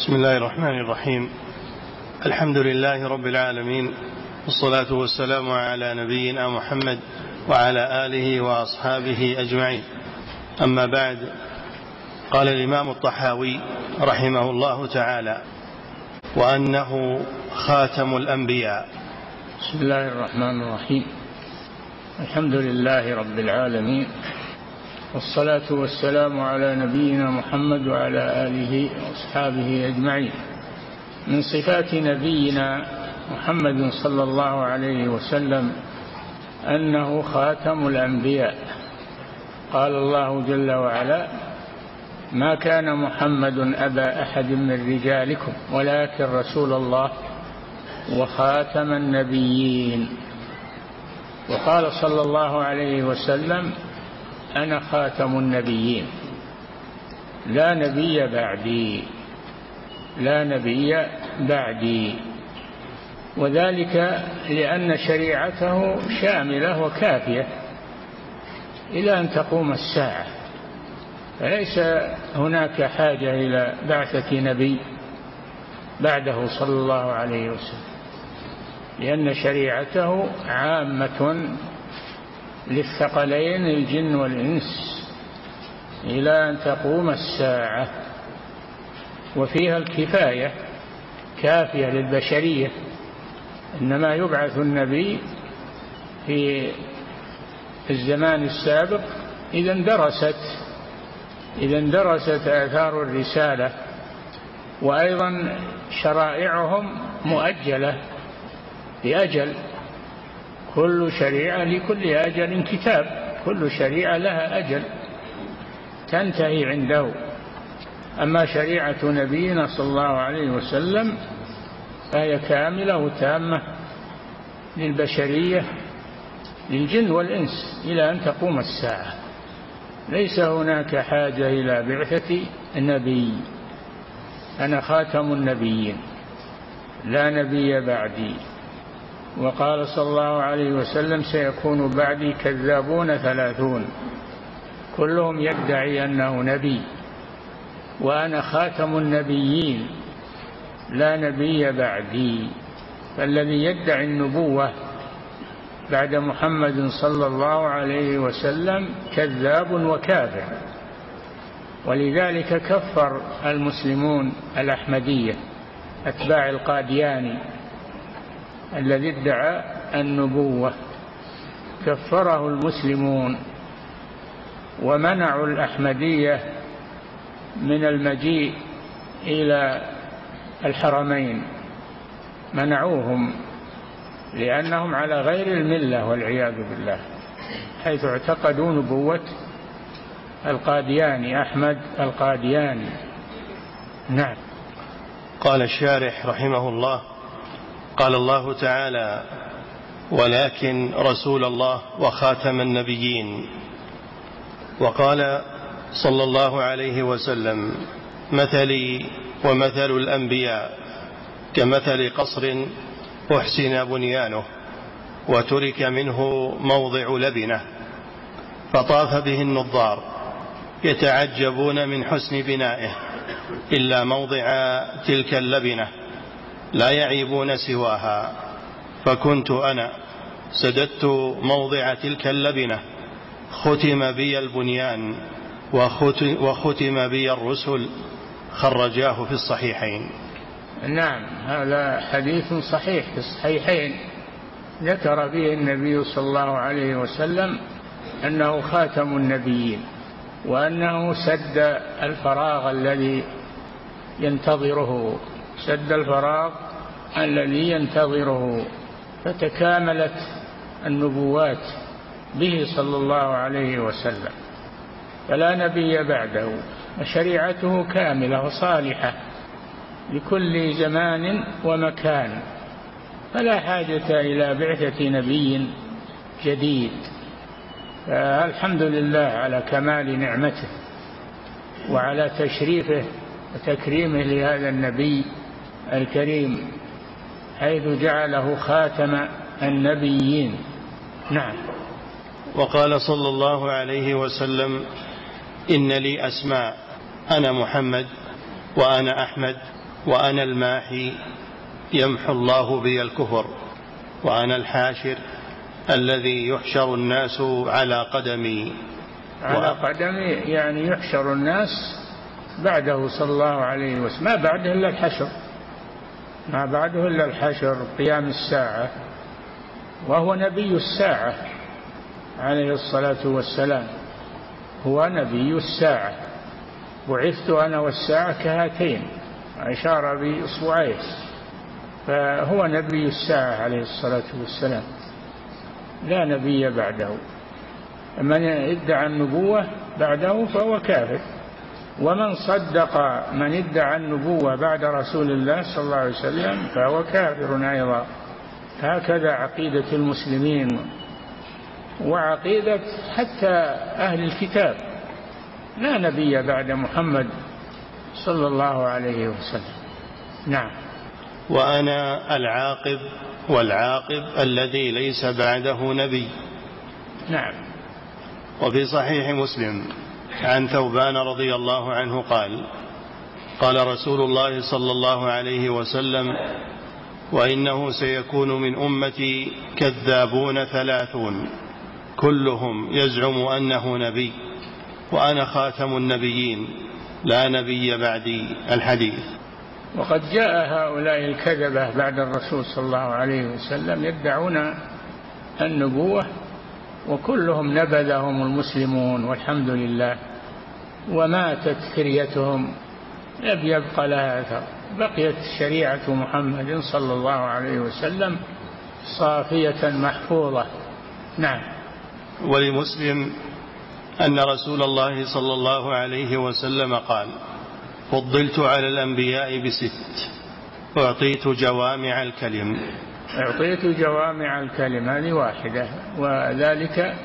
بسم الله الرحمن الرحيم. الحمد لله رب العالمين، والصلاة والسلام على نبينا محمد وعلى آله وأصحابه أجمعين. أما بعد، قال الإمام الطحاوي رحمه الله تعالى: وأنه خاتم الأنبياء. بسم الله الرحمن الرحيم. الحمد لله رب العالمين، والصلاة والسلام على نبينا محمد وعلى آله وأصحابه أجمعين. من صفات نبينا محمد صلى الله عليه وسلم أنه خاتم الأنبياء. قال الله جل وعلا: ما كان محمد أبا أحد من رجالكم ولكن رسول الله وخاتم النبيين. وقال صلى الله عليه وسلم: أنا خاتم النبيين، لا نبي بعدي، لا نبي بعدي. وذلك لأن شريعته شاملة وكافية إلى أن تقوم الساعة، فليس هناك حاجة إلى بعثة نبي بعده صلى الله عليه وسلم، لأن شريعته عامة للثقلين الجن والإنس إلى أن تقوم الساعة، وفيها الكفاية، كافية للبشرية. إنما يبعث النبي في الزمان السابق إذا اندرست آثار الرسالة، وأيضا شرائعهم مؤجلة بأجل. كل شريعة لكل أجل كتاب، كل شريعة لها أجل تنتهي عنده. أما شريعة نبينا صلى الله عليه وسلم فهي كاملة وتامة للبشرية، للجن والإنس إلى أن تقوم الساعة. ليس هناك حاجة إلى بعثة النبي. أنا خاتم النبيين، لا نبي بعدي. وقال صلى الله عليه وسلم: سيكون بعدي كذابون 30 كلهم يدعي أنه نبي، وأنا خاتم النبيين لا نبي بعدي. فالذي يدعي النبوة بعد محمد صلى الله عليه وسلم كذاب وكافر. ولذلك كفر المسلمون الأحمدية أتباع القادياني الذي ادعى النبوة، كفره المسلمون ومنعوا الأحمدية من المجيء إلى الحرمين، منعوهم لأنهم على غير الملة والعياذ بالله، حيث اعتقدوا نبوة القادياني أحمد القادياني. نعم. قال الشارح رحمه الله: قال الله تعالى: ولكن رسول الله وخاتم النبيين. وقال صلى الله عليه وسلم: مثلي ومثل الأنبياء كمثل قصر أحسن بنيانه وترك منه موضع لبنة، فطاف به النظار يتعجبون من حسن بنائه إلا موضع تلك اللبنة لا يعيبون سواها، فكنت أنا سددت موضع تلك اللبنة، ختم بي البنيان وختم بي الرسل. خرجاه في الصحيحين. نعم، هذا حديث صحيح في الصحيحين، ذكر به النبي صلى الله عليه وسلم أنه خاتم النبيين، وأنه سد الفراغ الذي ينتظره، سد الفراغ الذي ينتظره، فتكاملت النبوات به صلى الله عليه وسلم، فلا نبي بعده، وشريعته كاملة وصالحة لكل زمان ومكان، فلا حاجة إلى بعثة نبي جديد. فالحمد لله على كمال نعمته وعلى تشريفه وتكريمه لهذا النبي الكريم، حيث جعله خاتم النبيين. نعم. وقال صلى الله عليه وسلم: إن لي أسماء، أنا محمد وأنا أحمد وأنا الماحي يمحو الله بي الكفر، وأنا الحاشر الذي يحشر الناس على قدمي. على قدمي يعني يحشر الناس بعده صلى الله عليه وسلم، ما بعده إلا الحشر، ما بعده إلا الحشر، قيام الساعة، وهو نبي الساعة عليه الصلاة والسلام، هو نبي الساعة. بعثت أنا والساعة كهاتين، أشار بإصبعيه، فهو نبي الساعة عليه الصلاة والسلام، لا نبي بعده. من ادعى النبوة بعده فهو كافر، ومن صدق من ادعى النبوة بعد رسول الله صلى الله عليه وسلم فهو كافر أيضا. هكذا عقيدة المسلمين وعقيدة حتى أهل الكتاب، لا نبي بعد محمد صلى الله عليه وسلم. نعم. وأنا العاقب والعاقب الذي ليس بعده نبي. نعم. وفي صحيح مسلم عن ثوبان رضي الله عنه قال: قال رسول الله صلى الله عليه وسلم: وإنه سيكون من أمتي كذابون 30 كلهم يزعم أنه نبي، وأنا خاتم النبيين لا نبي بعدي. الحديث. وقد جاء هؤلاء الكذبة بعد الرسول صلى الله عليه وسلم يدعون النبوة، وكلهم نبذهم المسلمون والحمد لله، وماتت كريتهم، لم يبق لها أثر، بقيت شريعة محمد صلى الله عليه وسلم صافية محفوظة. نعم. ولمسلم أن رسول الله صلى الله عليه وسلم قال: فضلت على الأنبياء ب6، أعطيت جوامع الكلم. أعطيت جوامع الكلم هذه واحدة، وذلك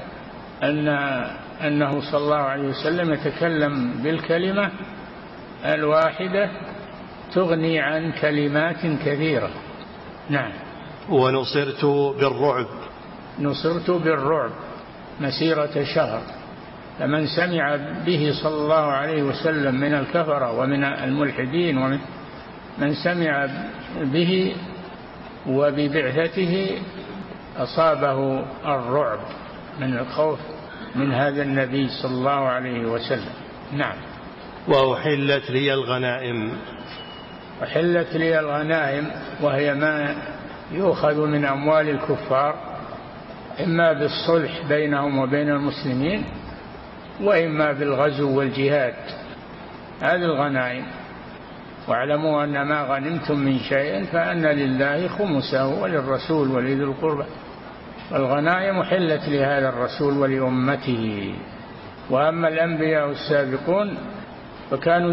أنه صلى الله عليه وسلم يتكلم بالكلمة الواحدة تغني عن كلمات كثيرة. نعم. ونصرت بالرعب. نصرت بالرعب مسيرة شهر، فمن سمع به صلى الله عليه وسلم من الكفرة ومن الملحدين ومن سمع به وببعثته أصابه الرعب من الخوف من هذا النبي صلى الله عليه وسلم. نعم. وأحلت لي الغنائم. أحلت لي الغنائم وهي ما يؤخذ من أموال الكفار، إما بالصلح بينهم وبين المسلمين، وإما بالغزو والجهاد، هذه الغنائم. واعلموا أن ما غنمتم من شيء فأن لله خمسه وللرسول ولذي القربى. والغنائم حلت لهذا الرسول ولأمته. وأما الأنبياء السابقون فكانوا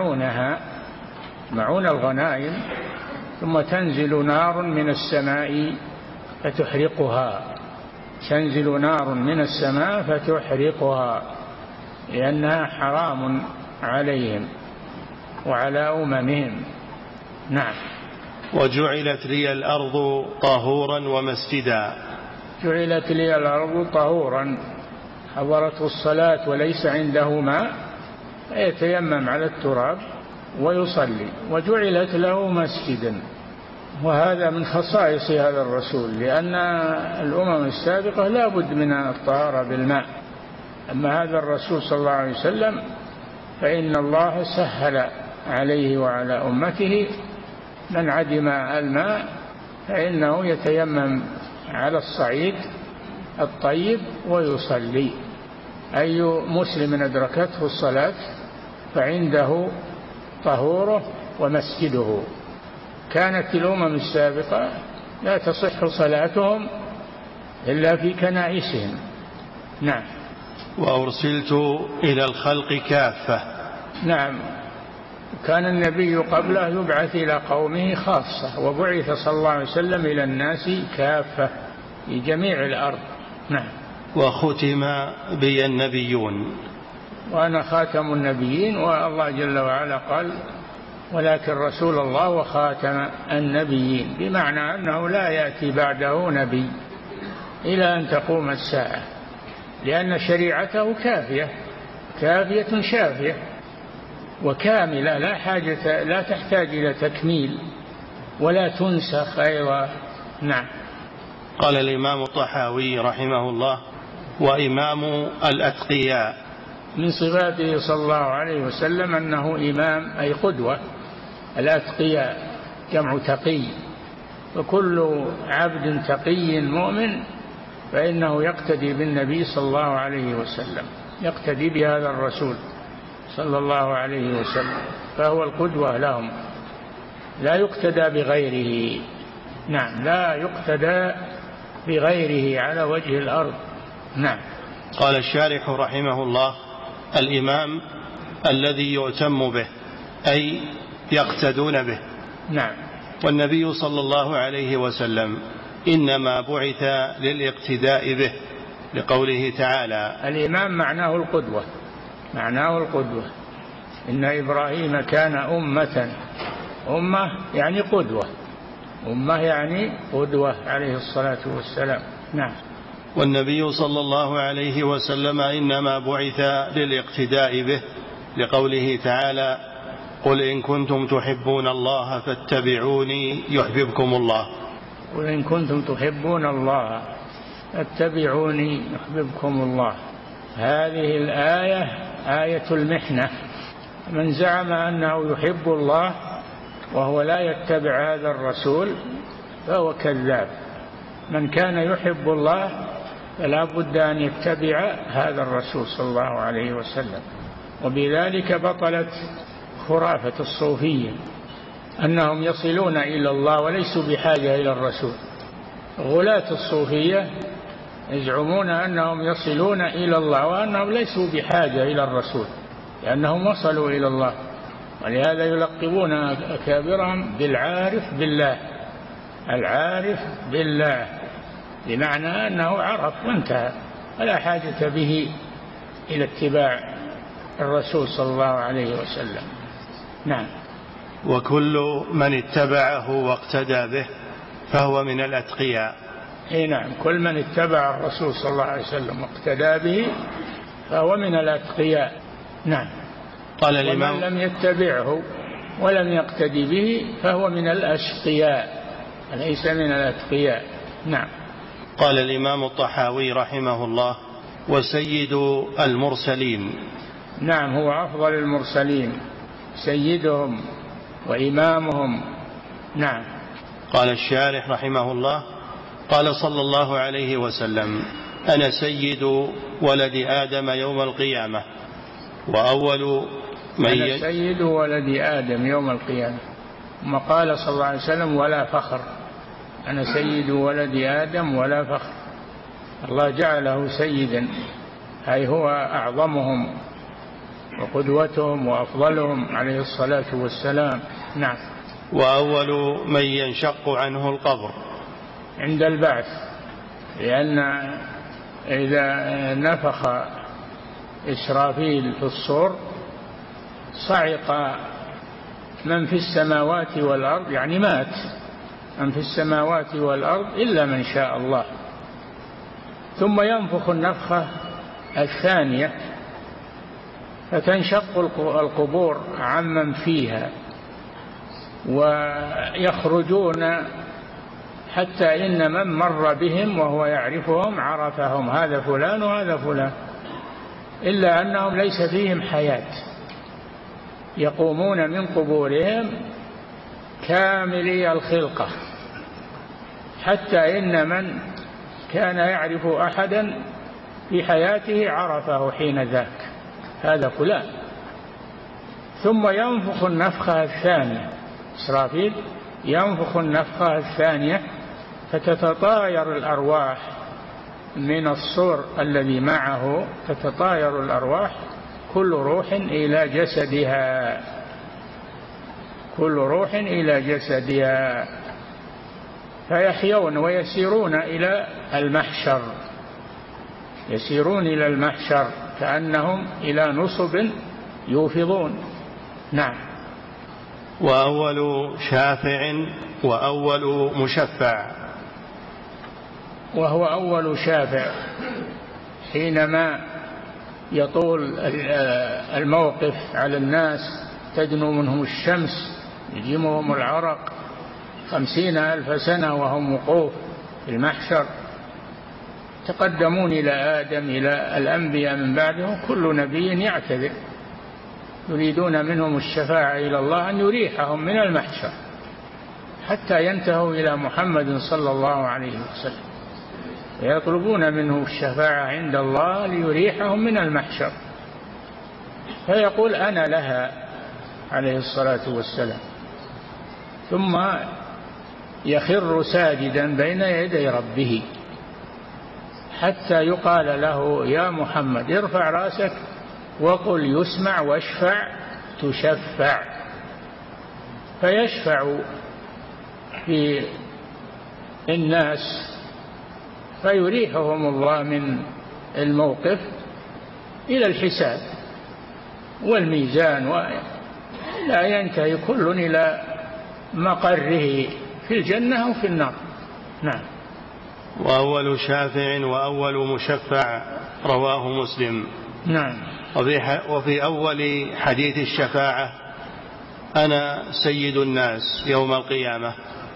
يجمعون الغنائم، ثم تنزل نار من السماء فتحرقها، تنزل نار من السماء فتحرقها، لأنها حرام عليهم وعلى أممهم. نعم. وجعلت لي الأرض طهورا ومسجدا. جعلت لي الأرض طهورا، حضرته الصلاة وليس عنده ماء يتيمم على التراب ويصلي، وجعلت له مسجدا. وهذا من خصائص هذا الرسول، لأن الأمم السابقة لا بد من الطهارة بالماء، أما هذا الرسول صلى الله عليه وسلم فإن الله سهل عليه وعلى أمته، من عدم الماء فإنه يتيمم على الصعيد الطيب ويصلي. أي مسلم أدركته الصلاة فعنده طهوره ومسجده. كانت الأمم السابقة لا تصح صلاتهم إلا في كنائسهم. نعم. وأرسلت إلى الخلق كافة. نعم. كان النبي قبله يبعث إلى قومه خاصة، وبعث صلى الله عليه وسلم إلى الناس كافة في جميع الأرض. نعم. وختم بي النبيون. وأنا خاتم النبيين، والله جل وعلا قال: ولكن رسول الله وخاتم النبيين، بمعنى أنه لا يأتي بعده نبي إلى أن تقوم الساعة، لأن شريعته كافية شافية، وكاملة لا تحتاج إلى تكميل ولا تنسخ أيضا. نعم. قال الإمام الطحاوي رحمه الله: وإمام الأتقياء. من صفاته صلى الله عليه وسلم أنه إمام أي قدوة. الأتقياء جمع تقي، وكل عبد تقي مؤمن فإنه يقتدي بالنبي صلى الله عليه وسلم، يقتدي بهذا الرسول صلى الله عليه وسلم، فهو القدوة لهم، لا يقتدى بغيره. نعم، لا يقتدى بغيره على وجه الأرض. نعم. قال الشارح رحمه الله: الإمام الذي يؤتم به، أي يقتدون به. نعم. والنبي صلى الله عليه وسلم إنما بعث للاقتداء به، لقوله تعالى: الإمام معناه القدوة، معناه القدوة. إن إبراهيم كان أمة يعني قدوة، أمة يعني قدوة عليه الصلاة والسلام. نعم. والنبي صلى الله عليه وسلم إنما بعث للاقتداء به، لقوله تعالى: قل إن كنتم تحبون الله فاتبعوني يحببكم الله. قل إن كنتم تحبون الله فاتبعوني يحببكم الله. هذه الآية آية المحنة. من زعم أنه يحب الله وهو لا يتبع هذا الرسول فهو كذاب. من كان يحب الله فلا بد أن يتبع هذا الرسول صلى الله عليه وسلم. وبذلك بطلت خرافة الصوفية أنهم يصلون إلى الله وليسوا بحاجة إلى الرسول. غلاة الصوفية يزعمون أنهم يصلون إلى الله وأنهم ليسوا بحاجة إلى الرسول لأنهم وصلوا إلى الله، ولهذا يلقبون أكابرهم بالعارف بالله. العارف بالله بمعنى أنه عرف وانتهى، ولا حاجة به إلى اتباع الرسول صلى الله عليه وسلم. نعم. وكل من اتبعه واقتدى به فهو من الأتقياء. نعم، كل من اتبع الرسول صلى الله عليه وسلم واقتدى به فهو من الأتقياء. نعم. قال الإمام: ومن لم يتبعه ولم يقتدي به فهو من الأشقياء، ليس من الأتقياء. نعم. قال الإمام الطحاوي رحمه الله: وسيد المرسلين. نعم، هو أفضل المرسلين، سيدهم وإمامهم. نعم. قال الشارح رحمه الله: قال صلى الله عليه وسلم: أنا سيد ولد آدم يوم القيامة، وأول من أنا سيد ولد آدم يوم القيامة. ثم قال صلى الله عليه وسلم: ولا فخر. أنا سيد ولد آدم ولا فخر. الله جعله سيدا، أي هو أعظمهم وقدوتهم وأفضلهم عليه الصلاة والسلام. نعم. وأول من ينشق عنه القبر عند البعث، لأن إذا نفخ إسرافيل في الصور صعق من في السماوات والأرض، يعني مات من في السماوات والأرض إلا من شاء الله. ثم ينفخ النفخة الثانية فتنشق القبور عمن فيها ويخرجون، حتى إن من مر بهم وهو يعرفهم عرفهم، هذا فلان وهذا فلان، إلا أنهم ليس فيهم حياة. يقومون من قبورهم كاملي الخلقة، حتى إن من كان يعرف أحدا في حياته عرفه حين ذاك، هذا فلان. ثم ينفخ النفخة الثانية، إسرافيل ينفخ النفخة الثانية فتتطاير الأرواح من الصور الذي معه، تتطاير الأرواح كل روح إلى جسدها، كل روح إلى جسدها، فيحيون ويسيرون إلى المحشر، يسيرون إلى المحشر كأنهم إلى نصب يوفضون. نعم. وأول شافع وأول مشفع. وهو أول شافع حينما يطول الموقف على الناس تدنو منهم الشمس، يجيمهم العرق 50,000 سنة وهم وقوف في المحشر، تقدمون إلى آدم إلى الأنبياء من بعده، كل نبي يعتذر، يريدون منهم الشفاعة إلى الله أن يريحهم من المحشر حتى ينتهوا إلى محمد صلى الله عليه وسلم، ويطلبون منه الشفاعة عند الله ليريحهم من المحشر، فيقول أنا لها عليه الصلاة والسلام، ثم يخر ساجدا بين يدي ربه حتى يقال له يا محمد ارفع رأسك وقل يسمع واشفع تشفع، فيشفع في الناس فيريحهم الله من الموقف إلى الحساب والميزان، ولا ينتهي كل إلى مقره في الجنة أو في النار. نعم. وأول شافع وأول مشفع رواه مسلم. نعم. وفي أول حديث الشفاعة أنا سيد الناس يوم القيامة.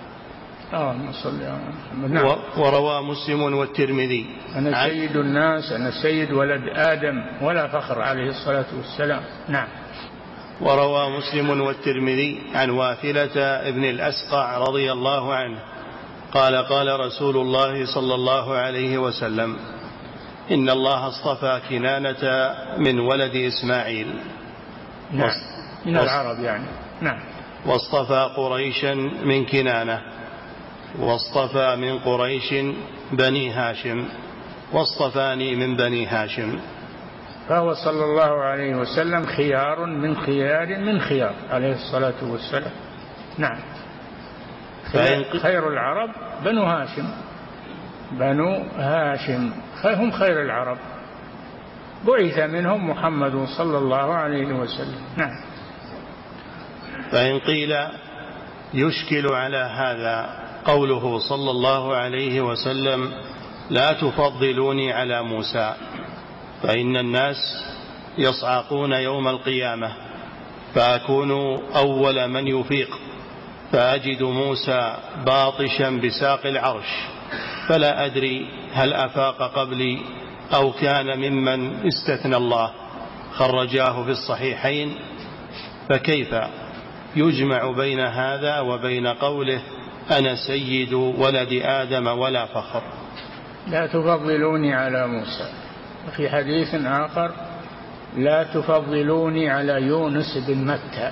نعم. وروى مسلم والترمذي أنا سيد الناس، أنا سيد ولد آدم ولا فخر عليه الصلاة والسلام. نعم. وروى مسلم والترمذي عن واثلة ابن الأسقع رضي الله عنه قال قال رسول الله صلى الله عليه وسلم إن الله اصطفى كنانة من ولد إسماعيل. نعم. من العرب يعني. نعم. واصطفى قريشا من كنانة، واصطفى من قريش بني هاشم، واصطفاني من بني هاشم. فهو صلى الله عليه وسلم خيار من خيار من خيار عليه الصلاة والسلام. نعم. خير العرب بنو هاشم، بنو هاشم هم خير العرب، بعث منهم محمد صلى الله عليه وسلم. نعم. فإن قيل يشكل على هذا قوله صلى الله عليه وسلم لا تفضلوني على موسى، فإن الناس يصعقون يوم القيامة فأكون أول من يفيق، فأجد موسى باطشا بساق العرش، فلا أدري هل أفاق قبلي أو كان ممن استثنى الله، خرجاه في الصحيحين. فكيف يجمع بين هذا وبين قوله أنا سيد ولد آدم ولا فخر؟ لا تفضلوني على موسى. في حديث آخر لا تفضلوني على يونس بن متى.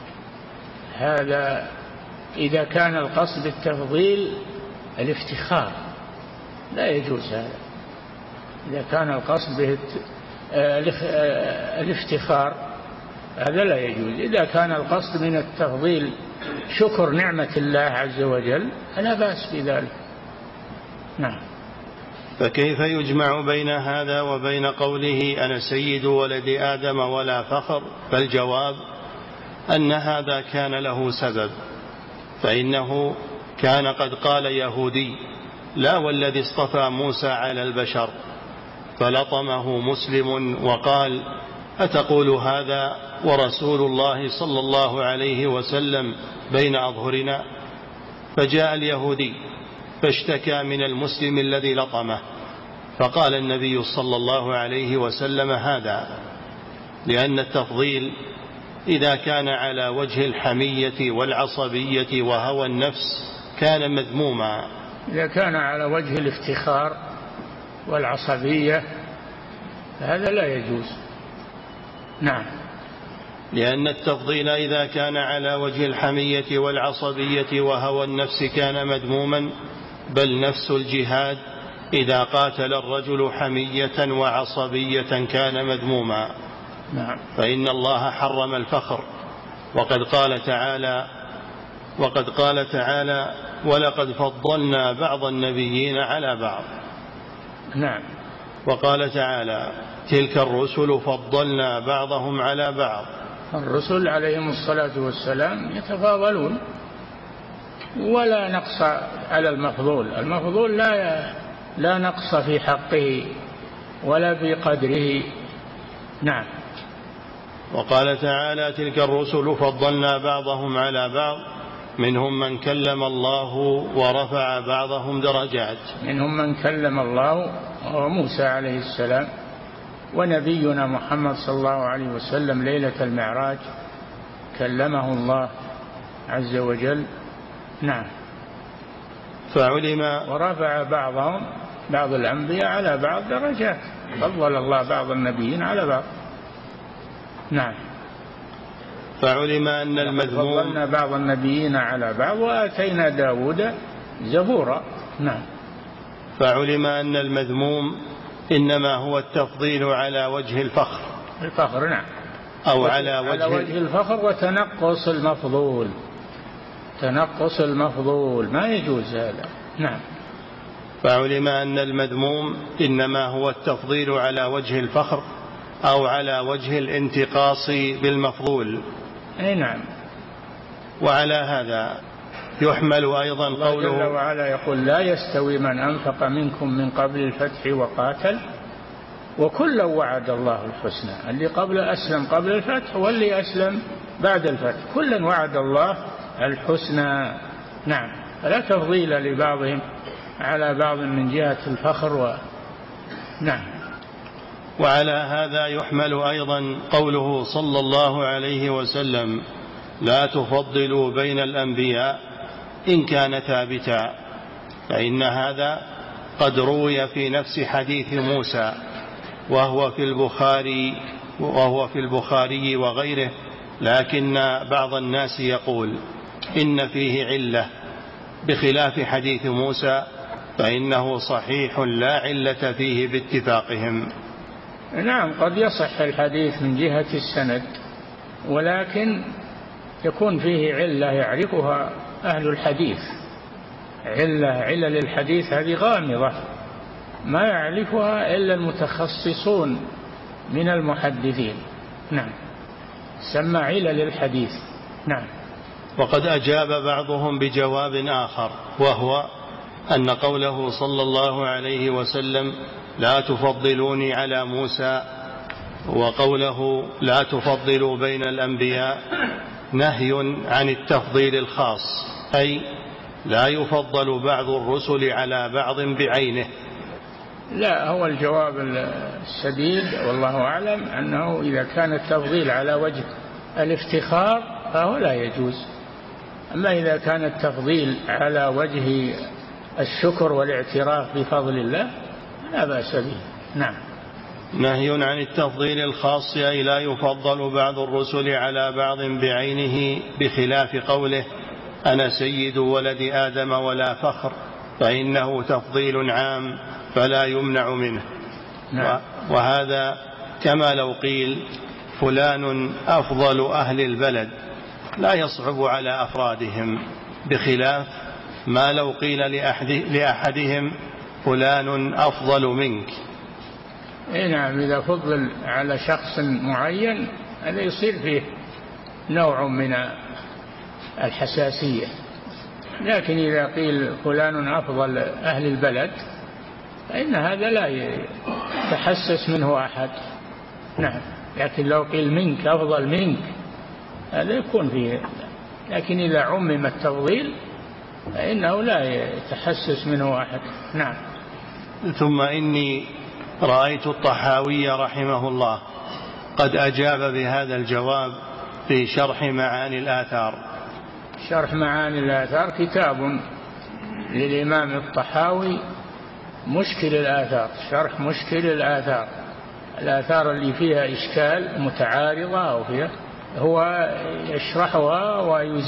هذا إذا كان القصد بالتفضيل الافتخار لا يجوز هذا. إذا كان القصد به الافتخار هذا لا يجوز. إذا كان القصد من التفضيل شكر نعمة الله عز وجل فلا بأس بذلك. نعم. فكيف يجمع بين هذا وبين قوله أنا سيد ولد آدم ولا فخر؟ فالجواب أن هذا كان له سبب، فإنه كان قد قال يهودي لا والذي اصطفى موسى على البشر، فلطمه مسلم وقال أتقول هذا ورسول الله صلى الله عليه وسلم بين أظهرنا؟ فجاء اليهودي فاشتكى من المسلم الذي لطمه، فقال النبي صلى الله عليه وسلم هذا، لأن التفضيل إذا كان على وجه الحمية والعصبية وهوى النفس كان مذموما. إذا كان على وجه الافتخار والعصبية هذا لا يجوز. نعم. لأن التفضيل إذا كان على وجه الحمية والعصبية وهوى النفس كان مذموما، بل نفس الجهاد إذا قاتل الرجل حمية وعصبية كان مذموما. نعم. فإن الله حرم الفخر، وقد قال تعالى ولقد فضلنا بعض النبيين على بعض. نعم. وقال تعالى تلك الرسل فضلنا بعضهم على بعض. الرسل عليهم الصلاة والسلام يتفاضلون ولا نقص على المفضول. المفضول لا نقص في حقه ولا في قدره. نعم. وقال تعالى تلك الرسل فضلنا بعضهم على بعض منهم من كلم الله ورفع بعضهم درجات. منهم من كلم الله وموسى عليه السلام، ونبينا محمد صلى الله عليه وسلم ليلة المعراج كلمه الله عز وجل. نعم. فعلم ورفع بعض الأنبياء على بعض درجات، فضل الله بعض النبيين على بعض. نعم. فعلم أن المذموم فضلنا بعض النبيين على بعض وآتينا داود زبورا. نعم. فعلم أن المذموم إنما هو التفضيل على وجه الفخر. الفخر نعم. أو على وجه الفخر وتنقص المفضول. تنقص المفضول ما يجوز هذا. نعم. فعلم أن المذموم إنما هو التفضيل على وجه الفخر أو على وجه الانتقاص بالمفضول. أي نعم. وعلى هذا يحمل أيضا قوله الله جل وعلا يقول لا يستوي من أنفق منكم من قبل الفتح وقاتل وكلا وعد الله الحسنى. اللي أسلم قبل الفتح واللي أسلم بعد الفتح كلا وعد الله الحسنى. نعم. فلا تفضيل لبعضهم على بعض من جهة الفخر نعم. وعلى هذا يحمل أيضا قوله صلى الله عليه وسلم لا تفضلوا بين الأنبياء إن كان ثابتا، فإن هذا قد روي في نفس حديث موسى وهو في البخاري وغيره، لكن بعض الناس يقول إن فيه علة بخلاف حديث موسى فإنه صحيح لا علة فيه باتفاقهم. نعم. قد يصح الحديث من جهة السند ولكن يكون فيه علة يعرفها أهل الحديث. علل الحديث هذه غامضة ما يعرفها إلا المتخصصون من المحدثين. نعم. سمى علل الحديث. نعم. وقد أجاب بعضهم بجواب آخر وهو أن قوله صلى الله عليه وسلم لا تفضلوني على موسى وقوله لا تفضلوا بين الأنبياء نهي عن التفضيل الخاص، أي لا يفضل بعض الرسل على بعض بعينه. لا، هو الجواب السديد والله أعلم أنه إذا كان التفضيل على وجه الافتخار فهو لا يجوز، أما إذا كان التفضيل على وجه الشكر والاعتراف بفضل الله لا بأس به. نعم. نهي عن التفضيل الخاص أي لا يفضل بعض الرسل على بعض بعينه، بخلاف قوله أنا سيد ولد آدم ولا فخر، فإنه تفضيل عام فلا يمنع منه. نعم. وهذا كما لو قيل فلان أفضل أهل البلد لا يصعب على أفرادهم، بخلاف ما لو قيل لأحدهم فلان أفضل منك. نعم. إذا فضل على شخص معين هذا يصير فيه نوع من الحساسية، لكن إذا قيل فلان أفضل أهل البلد فإن هذا لا يتحسس منه أحد. نعم. لكن لو قيل منك أفضل منك هذا يكون فيه، لكن إذا عمم التفضيل فإنه لا يتحسس منه أحد. نعم. ثم إني رأيت الطحاوي رحمه الله قد أجاب بهذا الجواب في شرح معاني الآثار. شرح معاني الآثار كتاب للإمام الطحاوي مشكل الآثار، شرح مشكل الآثار، الآثار اللي فيها إشكال متعارضة أو فيها هو يشرحها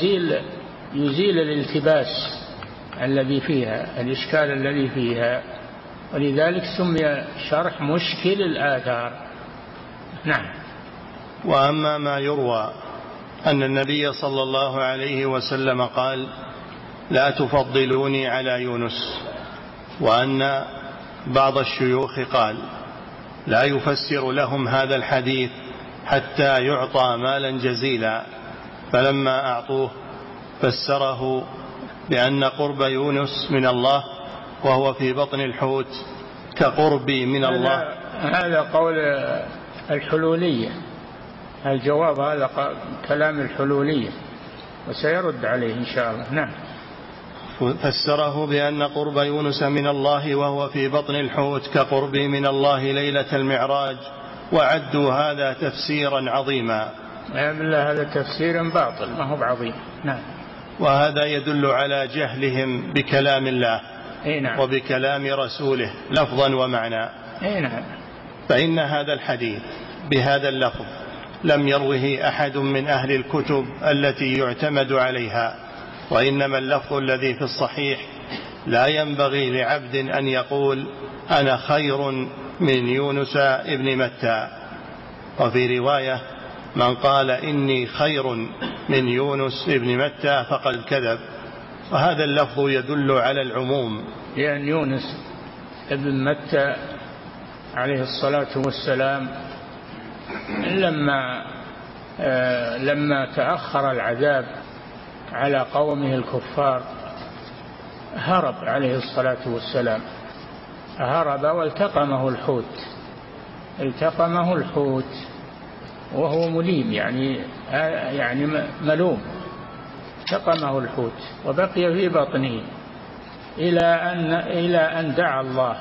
ويزيل الالتباس الذي فيها، الإشكال الذي فيها، ولذلك سمي شرح مشكل الآثار. نعم. وأما ما يروى أن النبي صلى الله عليه وسلم قال لا تفضلوني على يونس، وأن بعض الشيوخ قال لا يفسر لهم هذا الحديث حتى يعطى مالا جزيلا، فلما أعطوه فسره بأن قرب يونس من الله وهو في بطن الحوت كقربي من الله. هذا قول الحلولية، الجواب هذا كلام الحلولية، وسيرد عليه إن شاء الله. نعم. فسره بأن قرب يونس من الله وهو في بطن الحوت كقربه من الله ليلة المعراج، وعدوا هذا تفسيرا عظيما. هذا تفسير باطل، ما هو بعظيم. نعم. وهذا يدل على جهلهم بكلام الله نعم. وبكلام رسوله لفظا ومعنى. نعم. فإن هذا الحديث بهذا اللفظ لم يروه أحد من أهل الكتب التي يعتمد عليها، وإنما اللفظ الذي في الصحيح لا ينبغي لعبد أن يقول أنا خير من يونس ابن متى. وفي رواية من قال إني خير من يونس ابن متى فقد كذب، وهذا اللفظ يدل على العموم، لأن يونس ابن متى عليه الصلاة والسلام لما تأخر العذاب على قومه الكفار هرب عليه الصلاة والسلام، هرب والتقمه الحوت وهو مليم، يعني ملوم. التقمه الحوت وبقي في بطنه إلى أن دعا الله.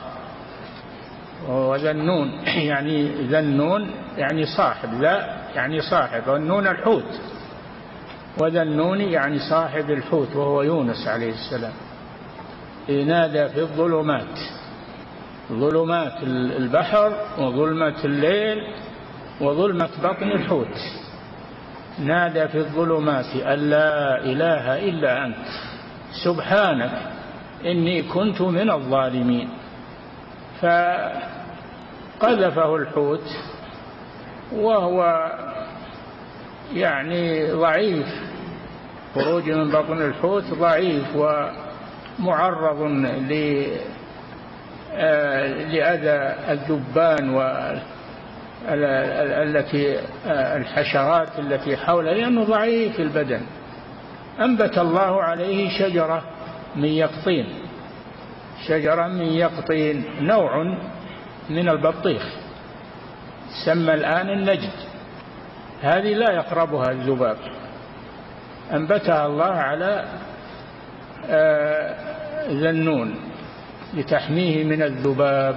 وذنون يعني ذنون يعني صاحب، لا يعني صاحب، ذنون الحوت، وذنون يعني صاحب الحوت وهو يونس عليه السلام. نادى في الظلمات، ظلمات البحر وظلمة الليل وظلمة بطن الحوت، نادى في الظلمات أن لا إله إلا أنت سبحانك إني كنت من الظالمين. فقذفه الحوت وهو يعني ضعيف، خروج من بطن الحوت ضعيف ومعرض لأذى الذبان الحشرات التي حوله، لأنه ضعيف البدن. أنبت الله عليه شجرة من يقطين، نوع من البطيخ سمى الآن النجد، هذه لا يقربها الذباب، أنبتها الله على ذنون لتحميه من الذباب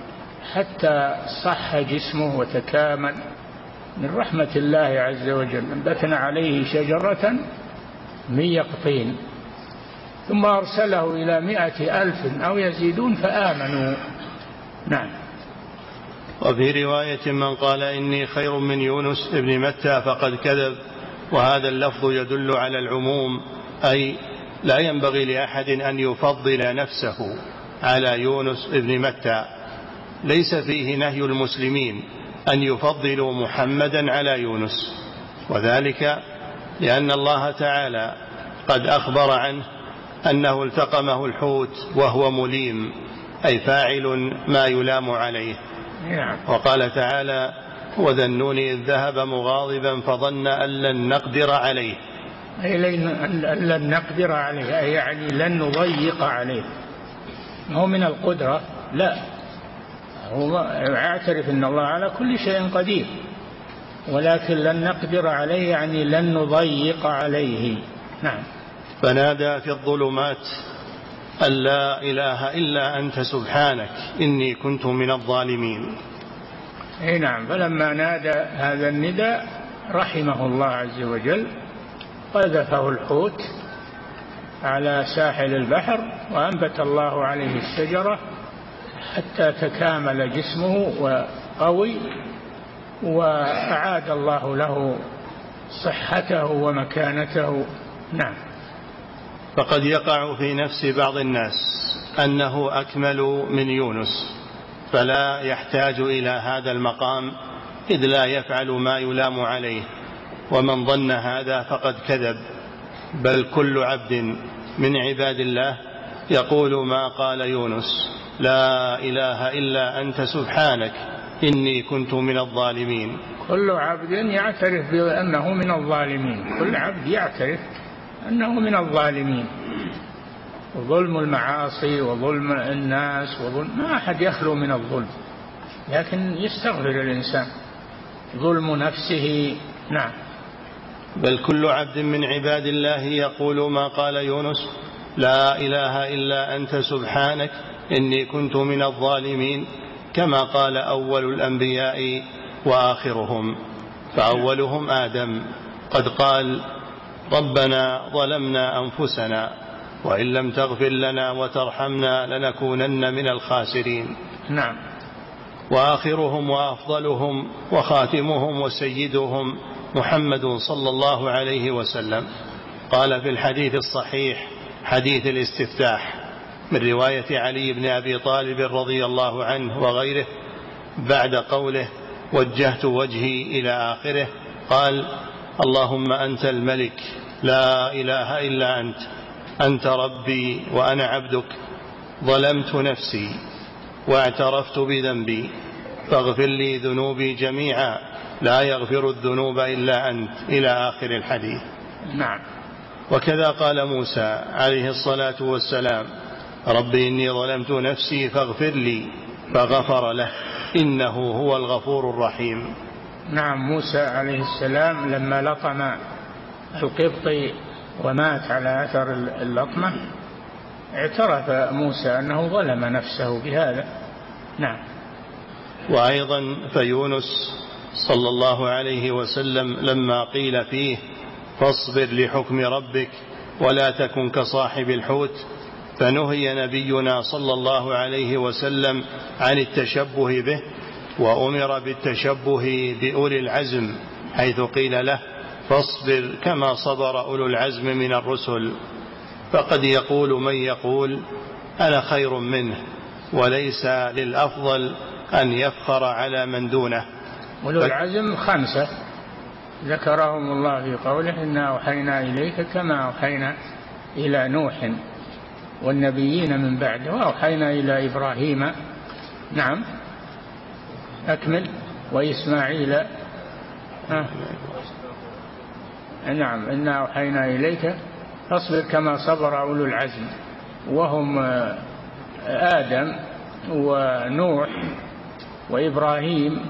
حتى صح جسمه وتكامل. من رحمة الله عز وجل أنبتنا عليه شجرة من يقطين، ثم أرسله إلى 100,000 أو يزيدون فآمنوا. نعم. وفي رواية من قال إني خير من يونس ابن متى فقد كذب، وهذا اللفظ يدل على العموم، أي لا ينبغي لأحد أن يفضل نفسه على يونس ابن متى. ليس فيه نهي المسلمين أن يفضلوا محمدا على يونس، وذلك لأن الله تعالى قد أخبر عنه أنه التقمه الحوت وهو مليم، أي فاعل ما يلام عليه. وقال تعالى وذا النون إذ ذهب مغاضبا فظن أن لن نقدر عليه، أي لن نقدر عليه، أي يعني لن نضيق عليه. هو من القدرة، لا، هو يعترف أن الله على كل شيء قدير، ولكن لن نقدر عليه يعني لن نضيق عليه. نعم. فنادى في الظلمات أن لا إله إلا أنت سبحانك إني كنت من الظالمين. نعم. فلما نادى هذا النداء رحمه الله عز وجل، قذفه الحوت على ساحل البحر، وأنبت الله عليه الشجرة حتى تكامل جسمه وقوي، وأعاد الله له صحته ومكانته. نعم. فقد يقع في نفس بعض الناس أنه أكمل من يونس، فلا يحتاج إلى هذا المقام إذ لا يفعل ما يلام عليه، ومن ظن هذا فقد كذب. بل كل عبد من عباد الله يقول ما قال يونس لا إله إلا أنت سبحانك إني كنت من الظالمين. كل عبد يعترف بأنه من الظالمين، كل عبد يعترف أنه من الظالمين، وظلم المعاصي وظلم الناس ما أحد يخلو من الظلم، لكن يستغفر الإنسان. ظلم نفسه نعم. بل كل عبد من عباد الله يقول ما قال يونس: لا إله إلا أنت سبحانك إني كنت من الظالمين، كما قال أول الأنبياء وآخرهم. فأولهم آدم قد قال: ربنا ظلمنا أنفسنا وإن لم تغفر لنا وترحمنا لنكونن من الخاسرين. نعم. وآخرهم وأفضلهم وخاتمهم وسيدهم محمد صلى الله عليه وسلم قال في الحديث الصحيح حديث الاستفتاح من رواية علي بن أبي طالب رضي الله عنه وغيره بعد قوله: وجهت وجهي إلى آخره، قال: اللهم أنت الملك لا إله إلا أنت ربي وأنا عبدك، ظلمت نفسي واعترفت بذنبي فاغفر لي ذنوبي جميعا لا يغفر الذنوب إلا أنت، إلى آخر الحديث. نعم. وكذا قال موسى عليه الصلاة والسلام: ربي إني ظلمت نفسي فاغفر لي، فغفر له إنه هو الغفور الرحيم. نعم. موسى عليه السلام لما لطم القبطي ومات على أثر اللطمة اعترف موسى أنه ظلم نفسه بهذا. نعم. وأيضا فيونس صلى الله عليه وسلم لما قيل فيه: فاصبر لحكم ربك ولا تكن كصاحب الحوت، فنهي نبينا صلى الله عليه وسلم عن التشبه به، وأمر بالتشبه بأولي العزم، حيث قيل له: فاصبر كما صبر أولو العزم من الرسل. فقد يقول من يقول: أنا خير منه، وليس للأفضل أن يفخر على من دونه. أولو العزم 5 ذكرهم الله في قوله: إنا أوحينا إليك كما أوحينا إلى نوح والنبيين من بعده وأوحينا إلى إبراهيم. نعم. أكمل. وإسماعيل. نعم. إنا أوحينا إليك فاصبر كما صبر أولو العزم، وهم آدم ونوح وإبراهيم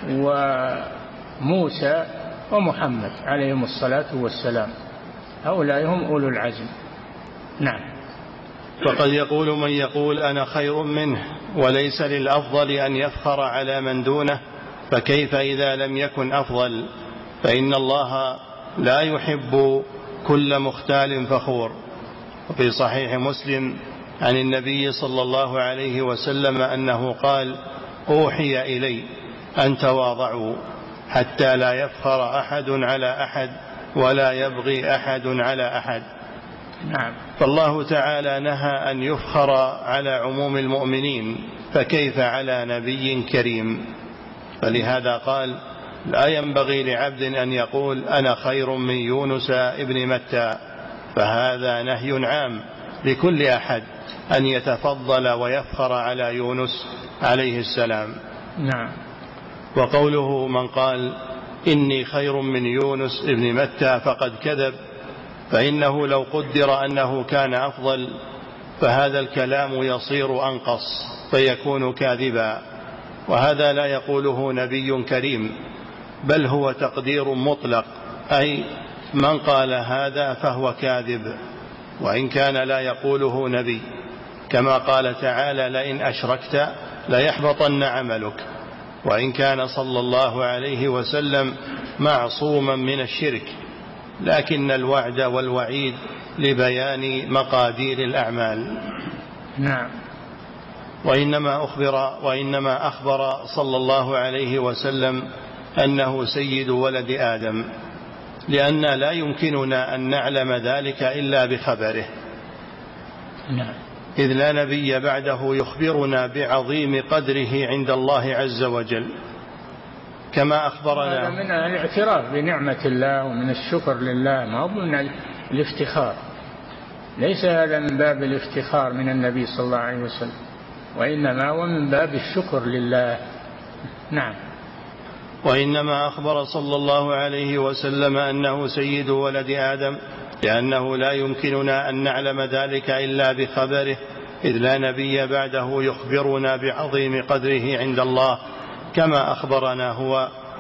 وموسى ومحمد عليهم الصلاة والسلام، هؤلاء هم أولو العزم. نعم. فقد يقول من يقول: أنا خير منه، وليس للأفضل أن يفخر على من دونه، فكيف إذا لم يكن أفضل؟ فإن الله لا يحب كل مختال فخور. وفي صحيح مسلم عن النبي صلى الله عليه وسلم أنه قال: أوحي إلي أن تواضعوا حتى لا يفخر أحد على أحد ولا يبغي أحد على أحد. نعم. فالله تعالى نهى أن يفخر على عموم المؤمنين، فكيف على نبي كريم؟ فلهذا قال: لا ينبغي لعبد أن يقول أنا خير من يونس ابن متى، فهذا نهي عام لكل أحد أن يتفضل ويفخر على يونس عليه السلام. نعم. وقوله: من قال إني خير من يونس ابن متى فقد كذب، فإنه لو قدر أنه كان أفضل فهذا الكلام يصير أنقص فيكون كاذبا، وهذا لا يقوله نبي كريم، بل هو تقدير مطلق، أي من قال هذا فهو كاذب وإن كان لا يقوله نبي، كما قال تعالى: لئن أشركت ليحبطن عملك. وإن كان صلى الله عليه وسلم معصوما من الشرك، لكن الوعد والوعيد لبيان مقادير الأعمال. نعم. وإنما أخبر صلى الله عليه وسلم أنه سيد ولد آدم، لأن لا يمكننا أن نعلم ذلك إلا بخبره. نعم. إذ لا نبي بعده يخبرنا بعظيم قدره عند الله عز وجل، كما أخبرنا. هذا من الاعتراف بنعمة الله ومن الشكر لله، ما هو من الافتخار. ليس هذا من باب الافتخار من النبي صلى الله عليه وسلم، وإنما هو من باب الشكر لله. نعم. وإنما أخبر صلى الله عليه وسلم أنه سيد ولد آدم، لأنه لا يمكننا أن نعلم ذلك إلا بخبره، إذ لا نبي بعده يخبرنا بعظيم قدره عند الله، كما أخبرنا هو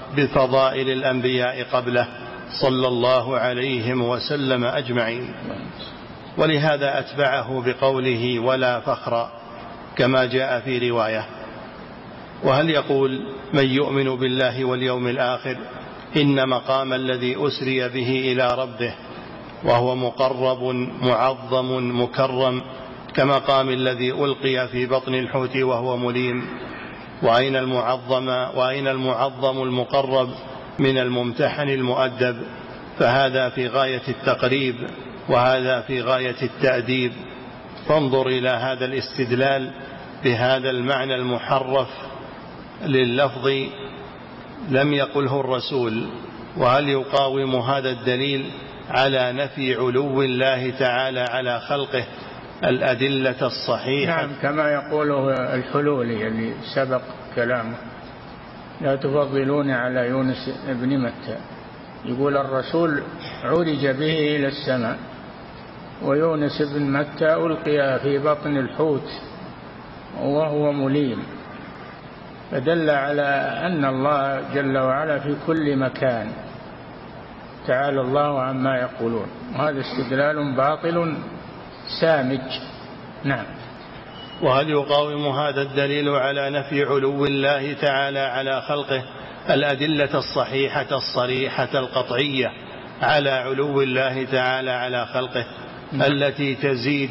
بفضائل الأنبياء قبله صلى الله عليه وسلم أجمعين، ولهذا أتبعه بقوله ولا فخر كما جاء في رواية. وهل يقول من يؤمن بالله واليوم الآخر إن مقام الذي أسري به إلى ربه وهو مقرب معظم مكرم كمقام الذي ألقي في بطن الحوت وهو مليم، وأين المعظم المقرب من الممتحن المؤدب؟ فهذا في غاية التقريب وهذا في غاية التأديب. فانظر إلى هذا الاستدلال بهذا المعنى المحرف لللفظ لم يقله الرسول. وهل يقاوم هذا الدليل على نفي علو الله تعالى على خلقه الأدلة الصحيحة؟ نعم، كما يقوله الحلولي اللي سبق كلامه لا تفضلون على يونس ابن متى. يقول الرسول عرج به إلى السماء ويونس بن متى ألقي في بطن الحوت وهو مليم، فدل على أن الله جل وعلا في كل مكان تعالى الله عما يقولون، وهذا استدلال باطل سامج. نعم. وهل يقاوم هذا الدليل على نفي علو الله تعالى على خلقه الأدلة الصحيحة الصريحة القطعية على علو الله تعالى على خلقه التي تزيد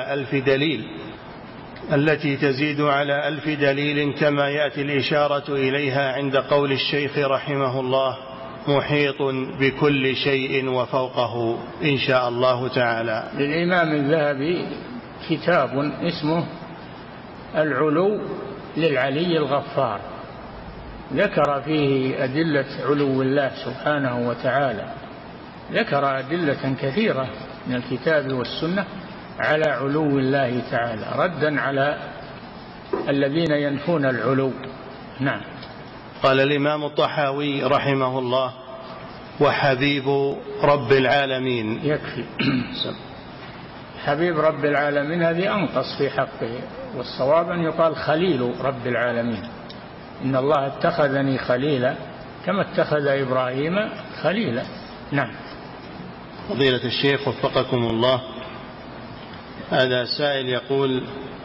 على 1000 دليل كما يأتي الإشارة إليها عند قول الشيخ رحمه الله محيط بكل شيء وفوقه إن شاء الله تعالى. للإمام الذهبي كتاب اسمه العلو للعلي الغفار، ذكر فيه أدلة علو الله سبحانه وتعالى، ذكر أدلة كثيرة من الكتاب والسنة على علو الله تعالى ردا على الذين ينفون العلو. نعم. قال الإمام الطحاوي رحمه الله وحبيب رب العالمين. يكفي. حبيب رب العالمين هذه أنقص في حقه، والصواب أن يقال خليل رب العالمين. إن الله اتخذني خليلا كما اتخذ إبراهيم خليلا. نعم. فضيلة الشيخ وفقكم الله، هذا سائل يقول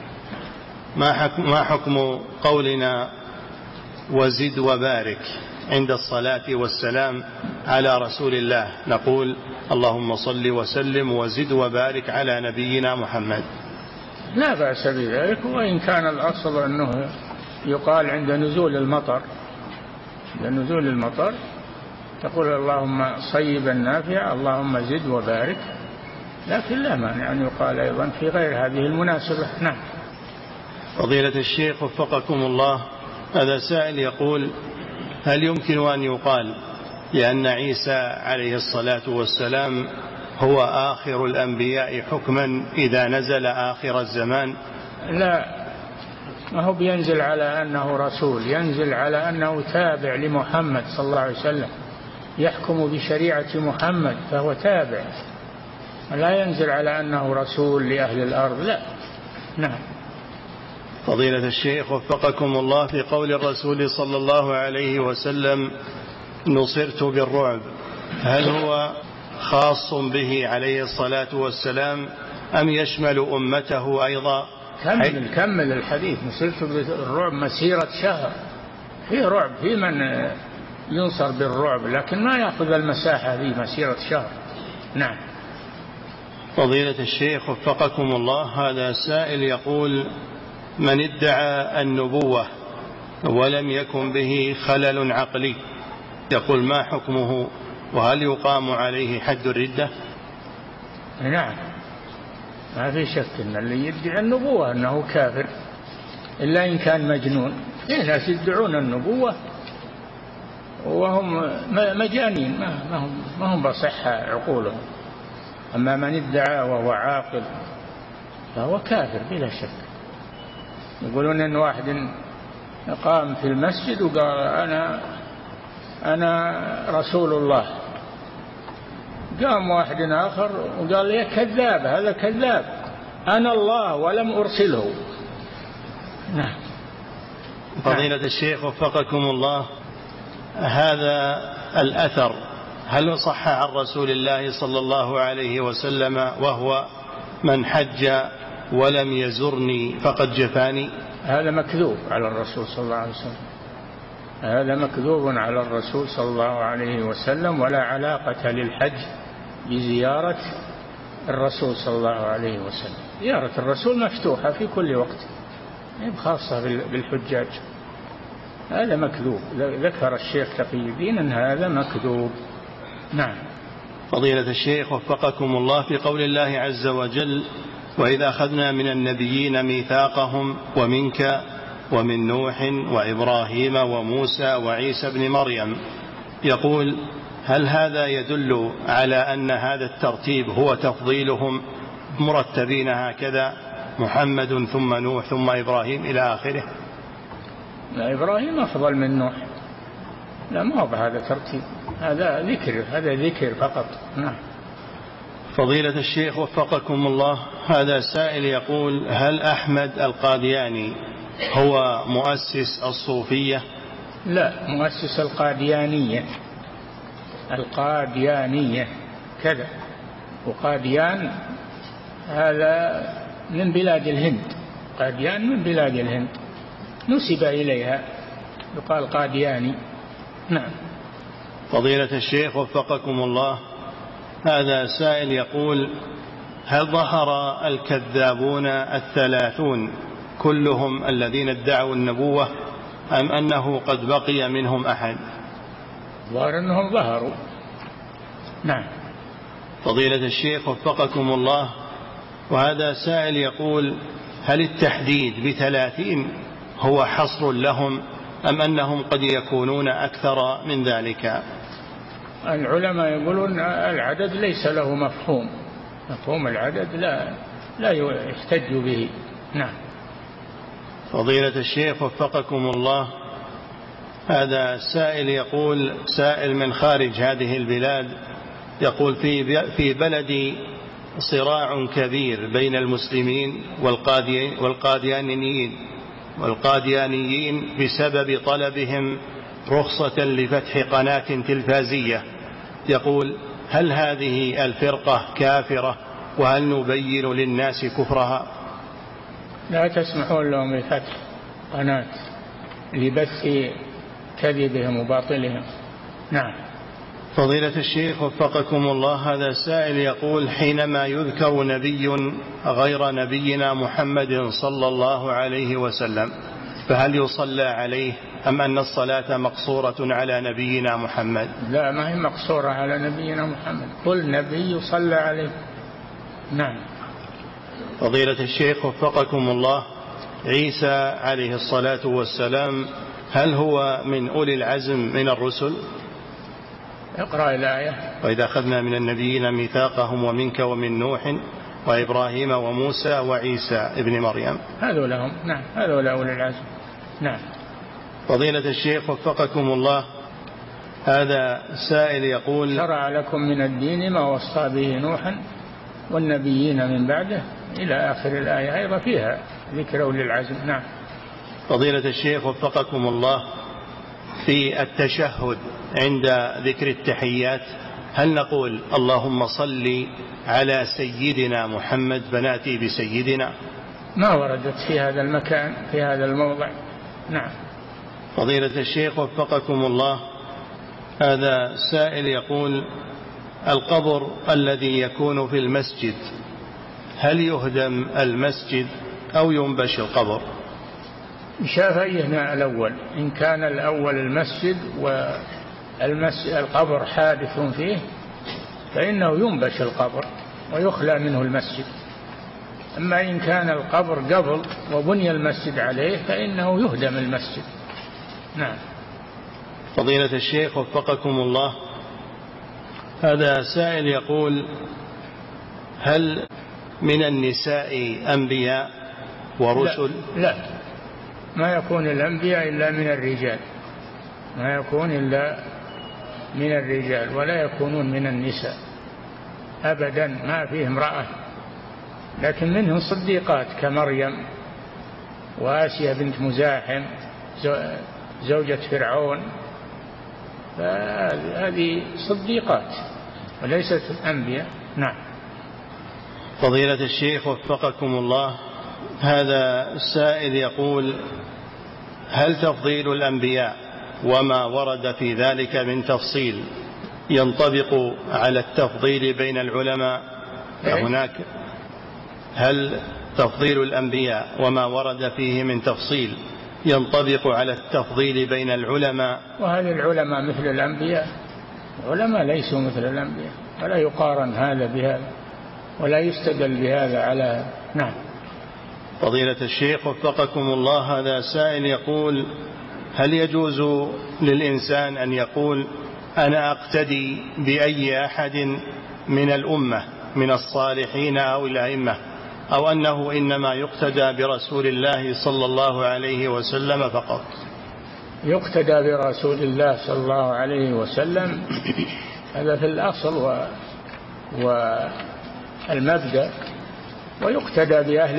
ما حكم قولنا وزد وبارك عند الصلاة والسلام على رسول الله؟ نقول اللهم صل وسلم وزد وبارك على نبينا محمد. لا بأس بذلك، وإن كان الأصل أنه يقال عند نزول المطر، عند نزول المطر تقول اللهم صيبا نافعا اللهم زد وبارك، لكن لا مانع أن يقال أيضا في غير هذه المناسبة. نعم. فضيلة الشيخ وفقكم الله، هذا سائل يقول هل يمكن أن يقال لأن عيسى عليه الصلاة والسلام هو آخر الأنبياء حكما إذا نزل آخر الزمان؟ لا، ما هو بينزل على أنه رسول، ينزل على أنه تابع لمحمد صلى الله عليه وسلم، يحكم بشريعة محمد فهو تابع، لا ينزل على أنه رسول لأهل الأرض. لا. نعم. فضيلة الشيخ وفقكم الله، في قول الرسول صلى الله عليه وسلم نصرت بالرعب، هل هو خاص به عليه الصلاة والسلام أم يشمل أمته أيضا؟ كمل الحديث. نصرت بالرعب مسيرة شهر، في رعب، في من ينصر بالرعب، لكن ما يأخذ المساحة في مسيرة شهر. نعم. فضيلة الشيخ وفقكم الله، هذا سائل يقول من ادعى النبوة ولم يكن به خلل عقلي، يقول ما حكمه وهل يقام عليه حد الردة؟ نعم، ما في شك أن اللي يدعي النبوة أنه كافر إلا إن كان مجنون. في ناس يدعون النبوة وهم مجانين، ما هم بصحة عقولهم، أما من ادعى وهو عاقل فهو كافر بلا شك. يقولون أن واحد قام في المسجد وقال أنا رسول الله، قام واحد آخر وقال يا كذاب، هذا كذاب، أنا الله ولم أرسله. نعم. فضيلة الشيخ وفقكم الله، هذا الأثر هل صح عن رسول الله صلى الله عليه وسلم وهو من حج ولم يزرني فقد جفاني؟ هذا مكذوب على الرسول صلى الله عليه وسلم، هذا مكذوب على الرسول صلى الله عليه وسلم، ولا علاقة للحج بزيارة الرسول صلى الله عليه وسلم. زيارة الرسول مفتوحة في كل وقت، خاصة بالحجاج. هذا مكذوب، ذكر الشيخ تقي الدين أن هذا مكذوب. نعم. فضيلة الشيخ وفقكم الله، في قول الله عز وجل: وإذا أخذنا من النبيين ميثاقهم ومنك ومن نوح وإبراهيم وموسى وعيسى ابن مريم، يقول: هل هذا يدل على أن هذا الترتيب هو تفضيلهم مرتبين هكذا، محمد ثم نوح ثم إبراهيم إلى آخره؟ لا، إبراهيم أفضل من نوح، لا ما هو بهذا ترتيب، هذا ذكر، هذا ذكر فقط. نعم. فضيلة الشيخ وفقكم الله، هذا سائل يقول: هل أحمد القادياني هو مؤسس الصوفية؟ لا، مؤسس القاديانية، القاديانية كذا، وقاديان هذا من بلاد الهند، قاديان من بلاد الهند نسب إليها، يقال قادياني. نعم. فضيلة الشيخ وفقكم الله، هذا سائل يقول: هل ظهر الكذابون الثلاثون كلهم الذين ادعوا النبوة أم أنه قد بقي منهم أحد؟ ظهر أنهم ظهروا. نعم. فضيلة الشيخ وفقكم الله، وهذا سائل يقول: هل التحديد ب30 هو حصر لهم أم أنهم قد يكونون أكثر من ذلك؟ العلماء يقولون العدد ليس له مفهوم، مفهوم العدد لا يحتج به. نعم. فضيلة الشيخ وفقكم الله، هذا سائل يقول: سائل من خارج هذه البلاد يقول: في بلدي صراع كبير بين المسلمين والقاديانيين بسبب طلبهم رخصة لفتح قناة تلفازية. يقول: هل هذه الفرقة كافرة، وهل نبين للناس كفرها؟ لا تسمحون لهم بفتح قناة لبث كذبهم وباطلهم. نعم. فضيلة الشيخ وفقكم الله، هذا سائل يقول: حينما يذكر نبي غير نبينا محمد صلى الله عليه وسلم فهل يصلى عليه أم أن الصلاة مقصورة على نبينا محمد؟ لا، ما هي مقصورة على نبينا محمد، كل نبي يصلى عليه. نعم. فضيلة الشيخ وفقكم الله، عيسى عليه الصلاة والسلام هل هو من أولي العزم من الرسل؟ اقرأ الآية: وإذا أخذنا من النبيين ميثاقهم ومنك ومن نوح وإبراهيم وموسى وعيسى ابن مريم. هذول لهم. نعم، هذول أولي العزم. نعم. فضيلة الشيخ وفقكم الله، هذا سائل يقول: شرع لكم من الدين ما وصى به نوحا والنبيين من بعده إلى آخر الآية، أيضا فيها ذكر أولي العزم. نعم. فضيلة الشيخ وفقكم الله، في التشهد عند ذكر التحيات هل نقول اللهم صل على سيدنا محمد فنأتي بسيدنا؟ ما وردت في هذا المكان، في هذا الموضع. نعم. فضيلة الشيخ وفقكم الله، هذا سائل يقول: القبر الذي يكون في المسجد هل يهدم المسجد أو ينبش القبر؟ شافعينا الأول، إن كان الأول المسجد والقبر حادث فيه فإنه ينبش القبر ويخلى منه المسجد. أما إن كان القبر قبل وبني المسجد عليه فإنه يهدم المسجد. نعم. فضيلة الشيخ وفقكم الله، هذا سائل يقول: هل من النساء أنبياء ورسل؟ لا، ما يكون الأنبياء إلا من الرجال، ما يكون إلا من الرجال، ولا يكونون من النساء أبدا، ما فيه امرأة، لكن منهم صديقات كمريم وآسيا بنت مزاحم زوجة فرعون، فهذه صديقات وليست أنبياء. نعم. فضيلة الشيخ وفقكم الله، هذا السائل يقول: هل تفضيل الأنبياء وما ورد في ذلك من تفصيل ينطبق على التفضيل بين العلماء؟ هل تفضيل الأنبياء وما ورد فيه من تفصيل ينطبق على التفضيل بين العلماء؟ وهل العلماء مثل الأنبياء؟ العلماء ليسوا مثل الأنبياء، ولا يقارن هذا بهذا ولا يستدل بهذا على. نعم. فضيلة الشيخ وفقكم الله، هذا سائل يقول: هل يجوز للإنسان أن يقول أنا أقتدي بأي أحد من الأمة من الصالحين أو الأئمة، أو أنه إنما يقتدى برسول الله صلى الله عليه وسلم فقط؟ يقتدى برسول الله صلى الله عليه وسلم، هذا في الأصل والمبدأ، ويقتدى بأهل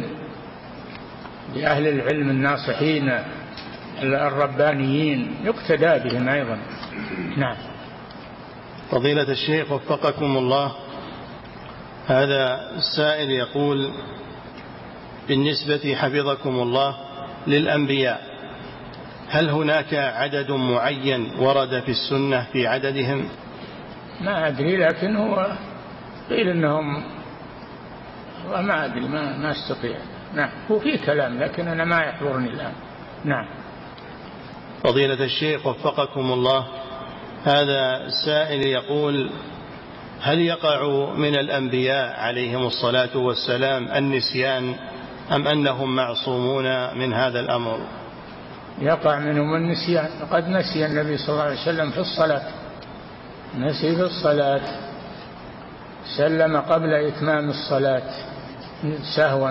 العلم الناصحين الربانيين، يقتدى بهم أيضا. نعم. فضيلة الشيخ وفقكم الله، هذا السائل يقول: بالنسبة حفظكم الله للأنبياء، هل هناك عدد معين ورد في السنة في عددهم؟ ما أدري، لكن هو قيل أنهم، وما أدري، ما استطيع. نعم. هو في كلام لكن أنا ما يحضرني الآن. نعم. فضيلة الشيخ وفقكم الله، هذا السائل يقول: هل يقع من الأنبياء عليهم الصلاة والسلام النسيان، أم أنهم معصومون من هذا الأمر؟ يقع منهم النسيان، قد نسي النبي صلى الله عليه وسلم في الصلاة، نسي في الصلاة، سلم قبل إتمام الصلاة سهوا،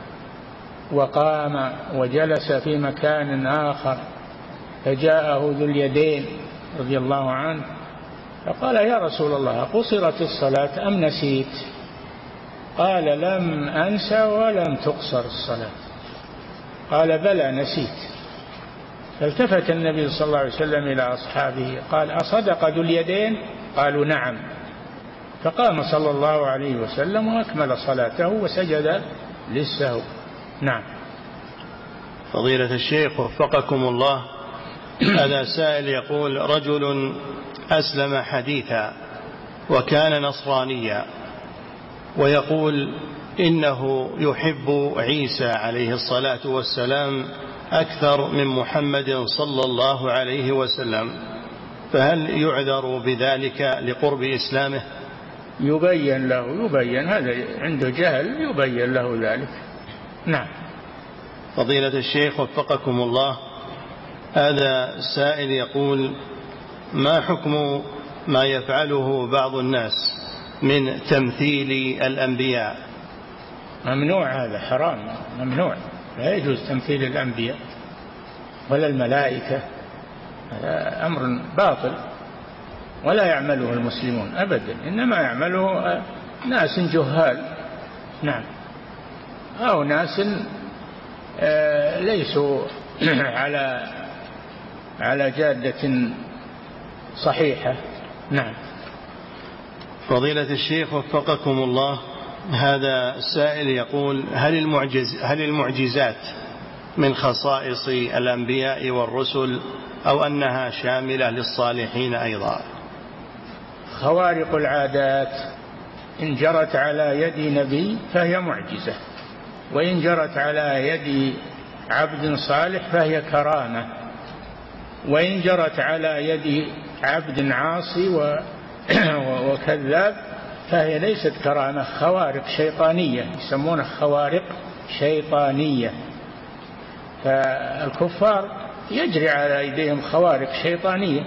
وقام وجلس في مكان آخر، فجاءه ذو اليدين رضي الله عنه فقال: يا رسول الله، قصرت الصلاة أم نسيت؟ قال: لم أنسى ولم تقصر الصلاة. قال: بلى نسيت. فالتفت النبي صلى الله عليه وسلم إلى أصحابه قال: أصدق ذو اليدين؟ قالوا: نعم. فقام صلى الله عليه وسلم وأكمل صلاته وسجد للسهو. نعم. فضيلة الشيخ وفقكم الله، هذا سائل يقول: رجل أسلم حديثا وكان نصرانيا، ويقول إنه يحب عيسى عليه الصلاة والسلام أكثر من محمد صلى الله عليه وسلم، فهل يعذر بذلك لقرب إسلامه؟ يبين له، هذا عنده جهل، يبين له ذلك. نعم. فضيلة الشيخ وفقكم الله، هذا السائل يقول: ما حكم ما يفعله بعض الناس من تمثيل الأنبياء؟ ممنوع، هذا حرام، ممنوع، لا يجوز تمثيل الأنبياء ولا الملائكة، هذا أمر باطل ولا يعمله المسلمون أبدا، إنما يعمله ناس جهال. نعم. أو ناس ليسوا على جادة صحيحة. نعم. فضيلة الشيخ وفقكم الله، هذا السائل يقول: هل المعجزات من خصائص الأنبياء والرسل، أو أنها شاملة للصالحين أيضا؟ خوارق العادات إن جرت على يد نبي فهي معجزة، وإن جرت على يد عبد صالح فهي كرامة، وإن جرت على يد عبد عاصي وكذاب فهي ليست كرامة، خوارق شيطانية، يسمونها خوارق شيطانية. فالكفار يجري على أيديهم خوارق شيطانية،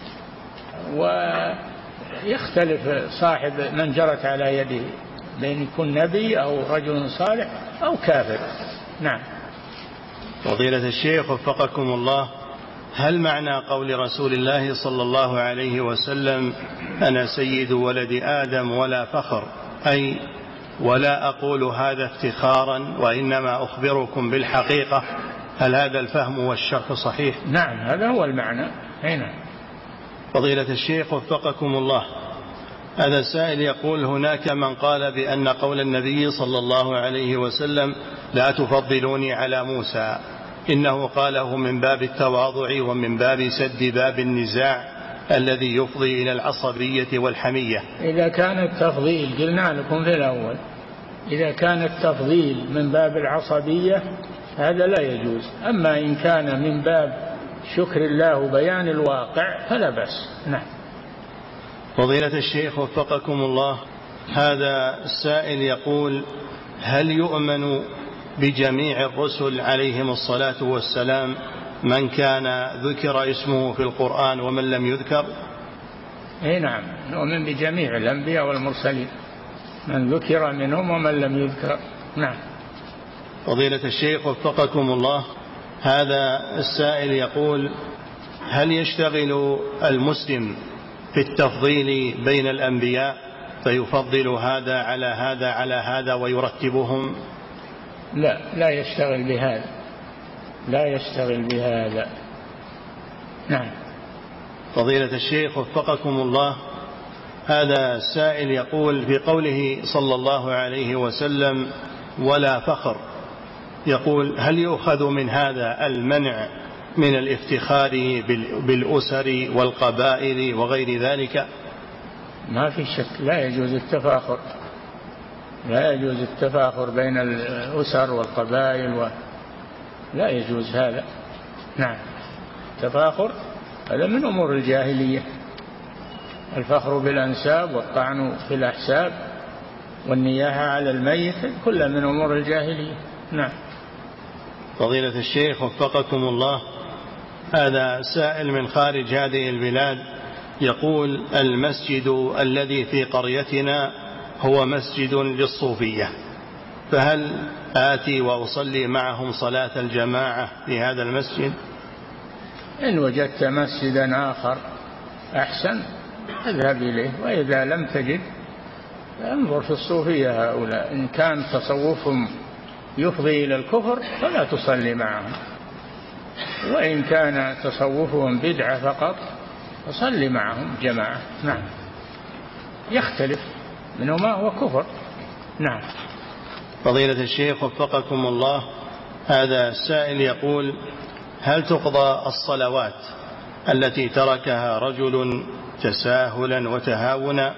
ويختلف صاحب من جرت على يده بين يكون نبي أو رجل صالح أو كافر. نعم. فضيلة الشيخ وفقكم الله، هل معنى قول رسول الله صلى الله عليه وسلم: أنا سيد ولد آدم ولا فخر، أي ولا أقول هذا افتخارا وإنما أخبركم بالحقيقة، هل هذا الفهم والشرح صحيح؟ نعم، هذا هو المعنى. هنا فضيلة الشيخ وفقكم الله، هذا السائل يقول: هناك من قال بأن قول النبي صلى الله عليه وسلم لا تفضلوني على موسى إنه قاله من باب التواضع ومن باب سد باب النزاع الذي يفضي إلى العصبية والحمية. إذا كان التفضيل، قلنا لكم في الأول، إذا كان التفضيل من باب العصبية هذا لا يجوز. أما إن كان من باب شكر الله وبيان الواقع فلا بأس. نعم. فضيلة الشيخ وفقكم الله، هذا السائل يقول: هل يؤمن بجميع الرسل عليهم الصلاة والسلام من كان ذكر اسمه في القرآن ومن لم يذكر؟ اي نعم، نؤمن بجميع الأنبياء والمرسلين من ذكر منهم ومن لم يذكر. نعم. فضيلة الشيخ وفقكم الله، هذا السائل يقول: هل يشتغل المسلم في التفضيل بين الأنبياء فيفضل هذا على هذا على هذا ويرتبهم؟ لا يشتغل بهذا، لا يشتغل بهذا. نعم. فضيلة الشيخ وفقكم الله، هذا السائل يقول: في قوله صلى الله عليه وسلم ولا فخر، يقول: هل يؤخذ من هذا المنع من الافتخار بالأسر والقبائل وغير ذلك؟ ما في شك، لا يجوز التفاخر، لا يجوز التفاخر بين الأسر والقبائل لا يجوز هذا. نعم. التفاخر هذا من أمور الجاهلية، الفخر بالأنساب والطعن في الأحساب والنياحة على الميت كلها من أمور الجاهلية. نعم. فضيلة الشيخ وفقكم الله، هذا سائل من خارج هذه البلاد يقول: المسجد الذي في قريتنا هو مسجد للصوفية، فهل آتي وأصلي معهم صلاة الجماعة في هذا المسجد؟ إن وجدت مسجدا آخر أحسن اذهب إليه، وإذا لم تجد فانظر في الصوفية هؤلاء، إن كان تصوفهم يفضي إلى الكفر فلا تصلي معهم، وإن كان تصوفهم بدعة فقط فصلي معهم جماعة. نعم. يختلف منهما هو كفر. نعم. فضيلة الشيخ وفقكم الله، هذا السائل يقول: هل تقضى الصلوات التي تركها رجل تساهلا وتهاونا؟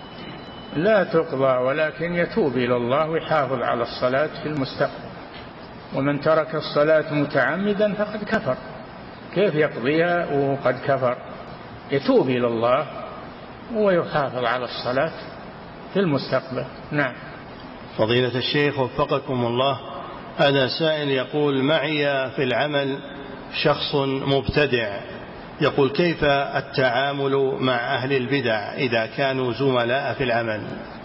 لا تقضى، ولكن يتوب إلى الله ويحافظ على الصلاة في المستقبل. ومن ترك الصلاة متعمدا فقد كفر. كيف يقضيها وهو قد كفر؟ يتوب إلى الله ويحافظ على الصلاة في المستقبل. نعم. فضيلة الشيخ وفقكم الله، هذا سائل يقول: معي في العمل شخص مبتدع، يقول: كيف التعامل مع أهل البدع إذا كانوا زملاء في العمل؟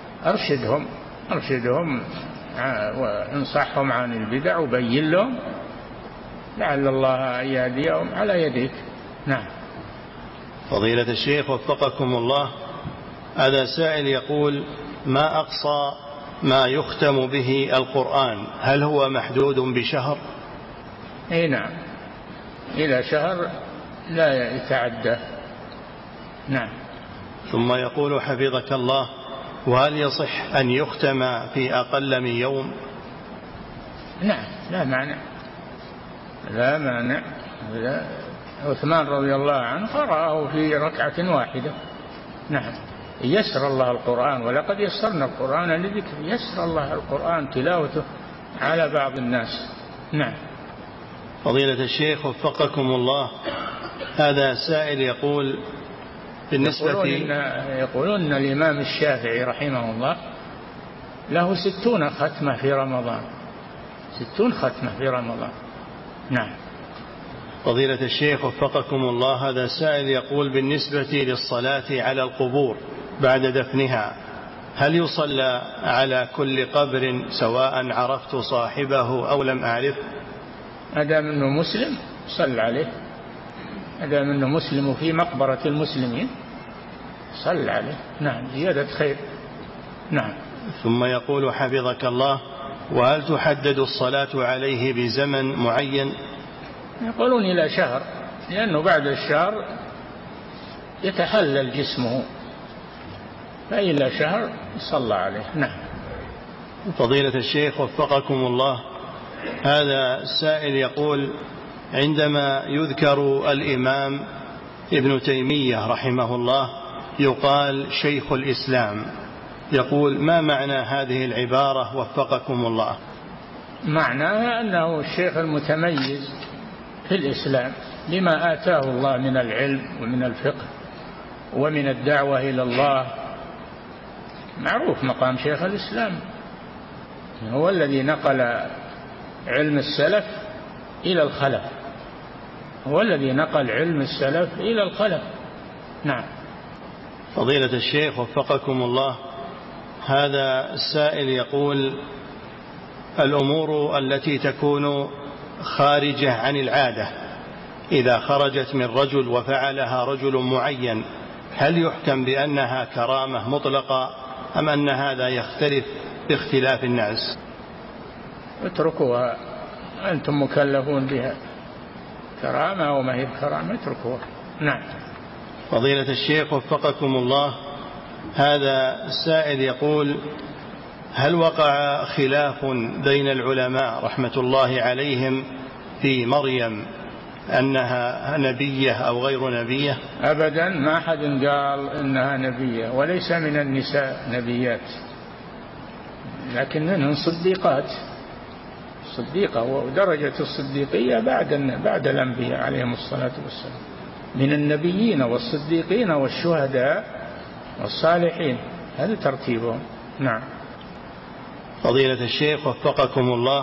أرشدهم وانصحهم عن البدع وبين لهم، لعل الله أن يهديهم على يديك. نعم. فضيلة الشيخ وفقكم الله، هذا سائل يقول: ما أقصى ما يختم به القرآن، هل هو محدود بشهر؟ اي نعم، إلى شهر لا يتعدى. نعم. ثم يقول حفظك الله: وهل يصح أن يختم في أقل من يوم؟ نعم، لا مانع، لا مانع. عثمان رضي الله عنه قرأه في ركعة واحدة. نعم. يسر الله القرآن، ولقد يسرنا القرآن لذكر، يسر الله القرآن تلاوته على بعض الناس. نعم. فضيلة الشيخ وفقكم الله، هذا سائل يقول: بالنسبة يقولون أن الإمام الشافعي رحمه الله له 60 ختمة في رمضان، 60 ختمة في رمضان. نعم. فضيلة الشيخ وفقكم الله، هذا سائل يقول: بالنسبة للصلاة على القبور بعد دفنها، هل يصلى على كل قبر سواء عرفت صاحبه أو لم أعرف؟ أدام أنه مسلم صل عليه، أدام أنه مسلم في مقبرة المسلمين صل عليه. نعم، زيادة خير. نعم. ثم يقول حفظك الله: وهل تحدد الصلاة عليه بزمن معين؟ يقولون إلى شهر، لأنه بعد الشهر يتحلل جسمه، فإلى شهر صلى عليه. نعم. فضيلة الشيخ وفقكم الله، هذا السائل يقول: عندما يذكر الإمام ابن تيمية رحمه الله يقال شيخ الإسلام، يقول: ما معنى هذه العبارة وفقكم الله؟ معناها أنه الشيخ المتميز في الإسلام لما آتاه الله من العلم ومن الفقه ومن الدعوة إلى الله. معروف مقام شيخ الإسلام، هو الذي نقل علم السلف إلى الخلف، هو الذي نقل علم السلف إلى الخلف. نعم. فضيلة الشيخ وفقكم الله، هذا السائل يقول: الأمور التي تكون خارجة عن العادة إذا خرجت من رجل وفعلها رجل معين، هل يحكم بأنها كرامة مطلقة أم أن هذا يختلف باختلاف الناس؟ اتركوها، أنتم مكلفون بها، كرامة وما هي بكرامة، اتركوها. نعم. فضيلة الشيخ وفقكم الله، هذا السائل يقول: هل وقع خلاف بين العلماء رحمة الله عليهم في مريم أنها نبية أو غير نبية؟ أبدا، ما حد قال إنها نبية، وليس من النساء نبيات، لكن منهم صديقات، صديقة، ودرجة الصديقية بعد الأنبياء عليهم الصلاة والسلام، من النبيين والصديقين والشهداء والصالحين، هذا ترتيبهم. نعم. فضيلة الشيخ وفقكم الله،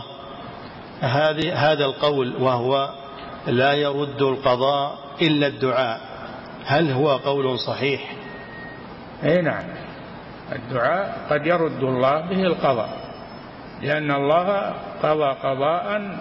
هذا القول وهو لا يرد القضاء إلا الدعاء، هل هو قول صحيح؟ أي نعم، الدعاء قد يرد الله به القضاء، لأن الله قضى قضاء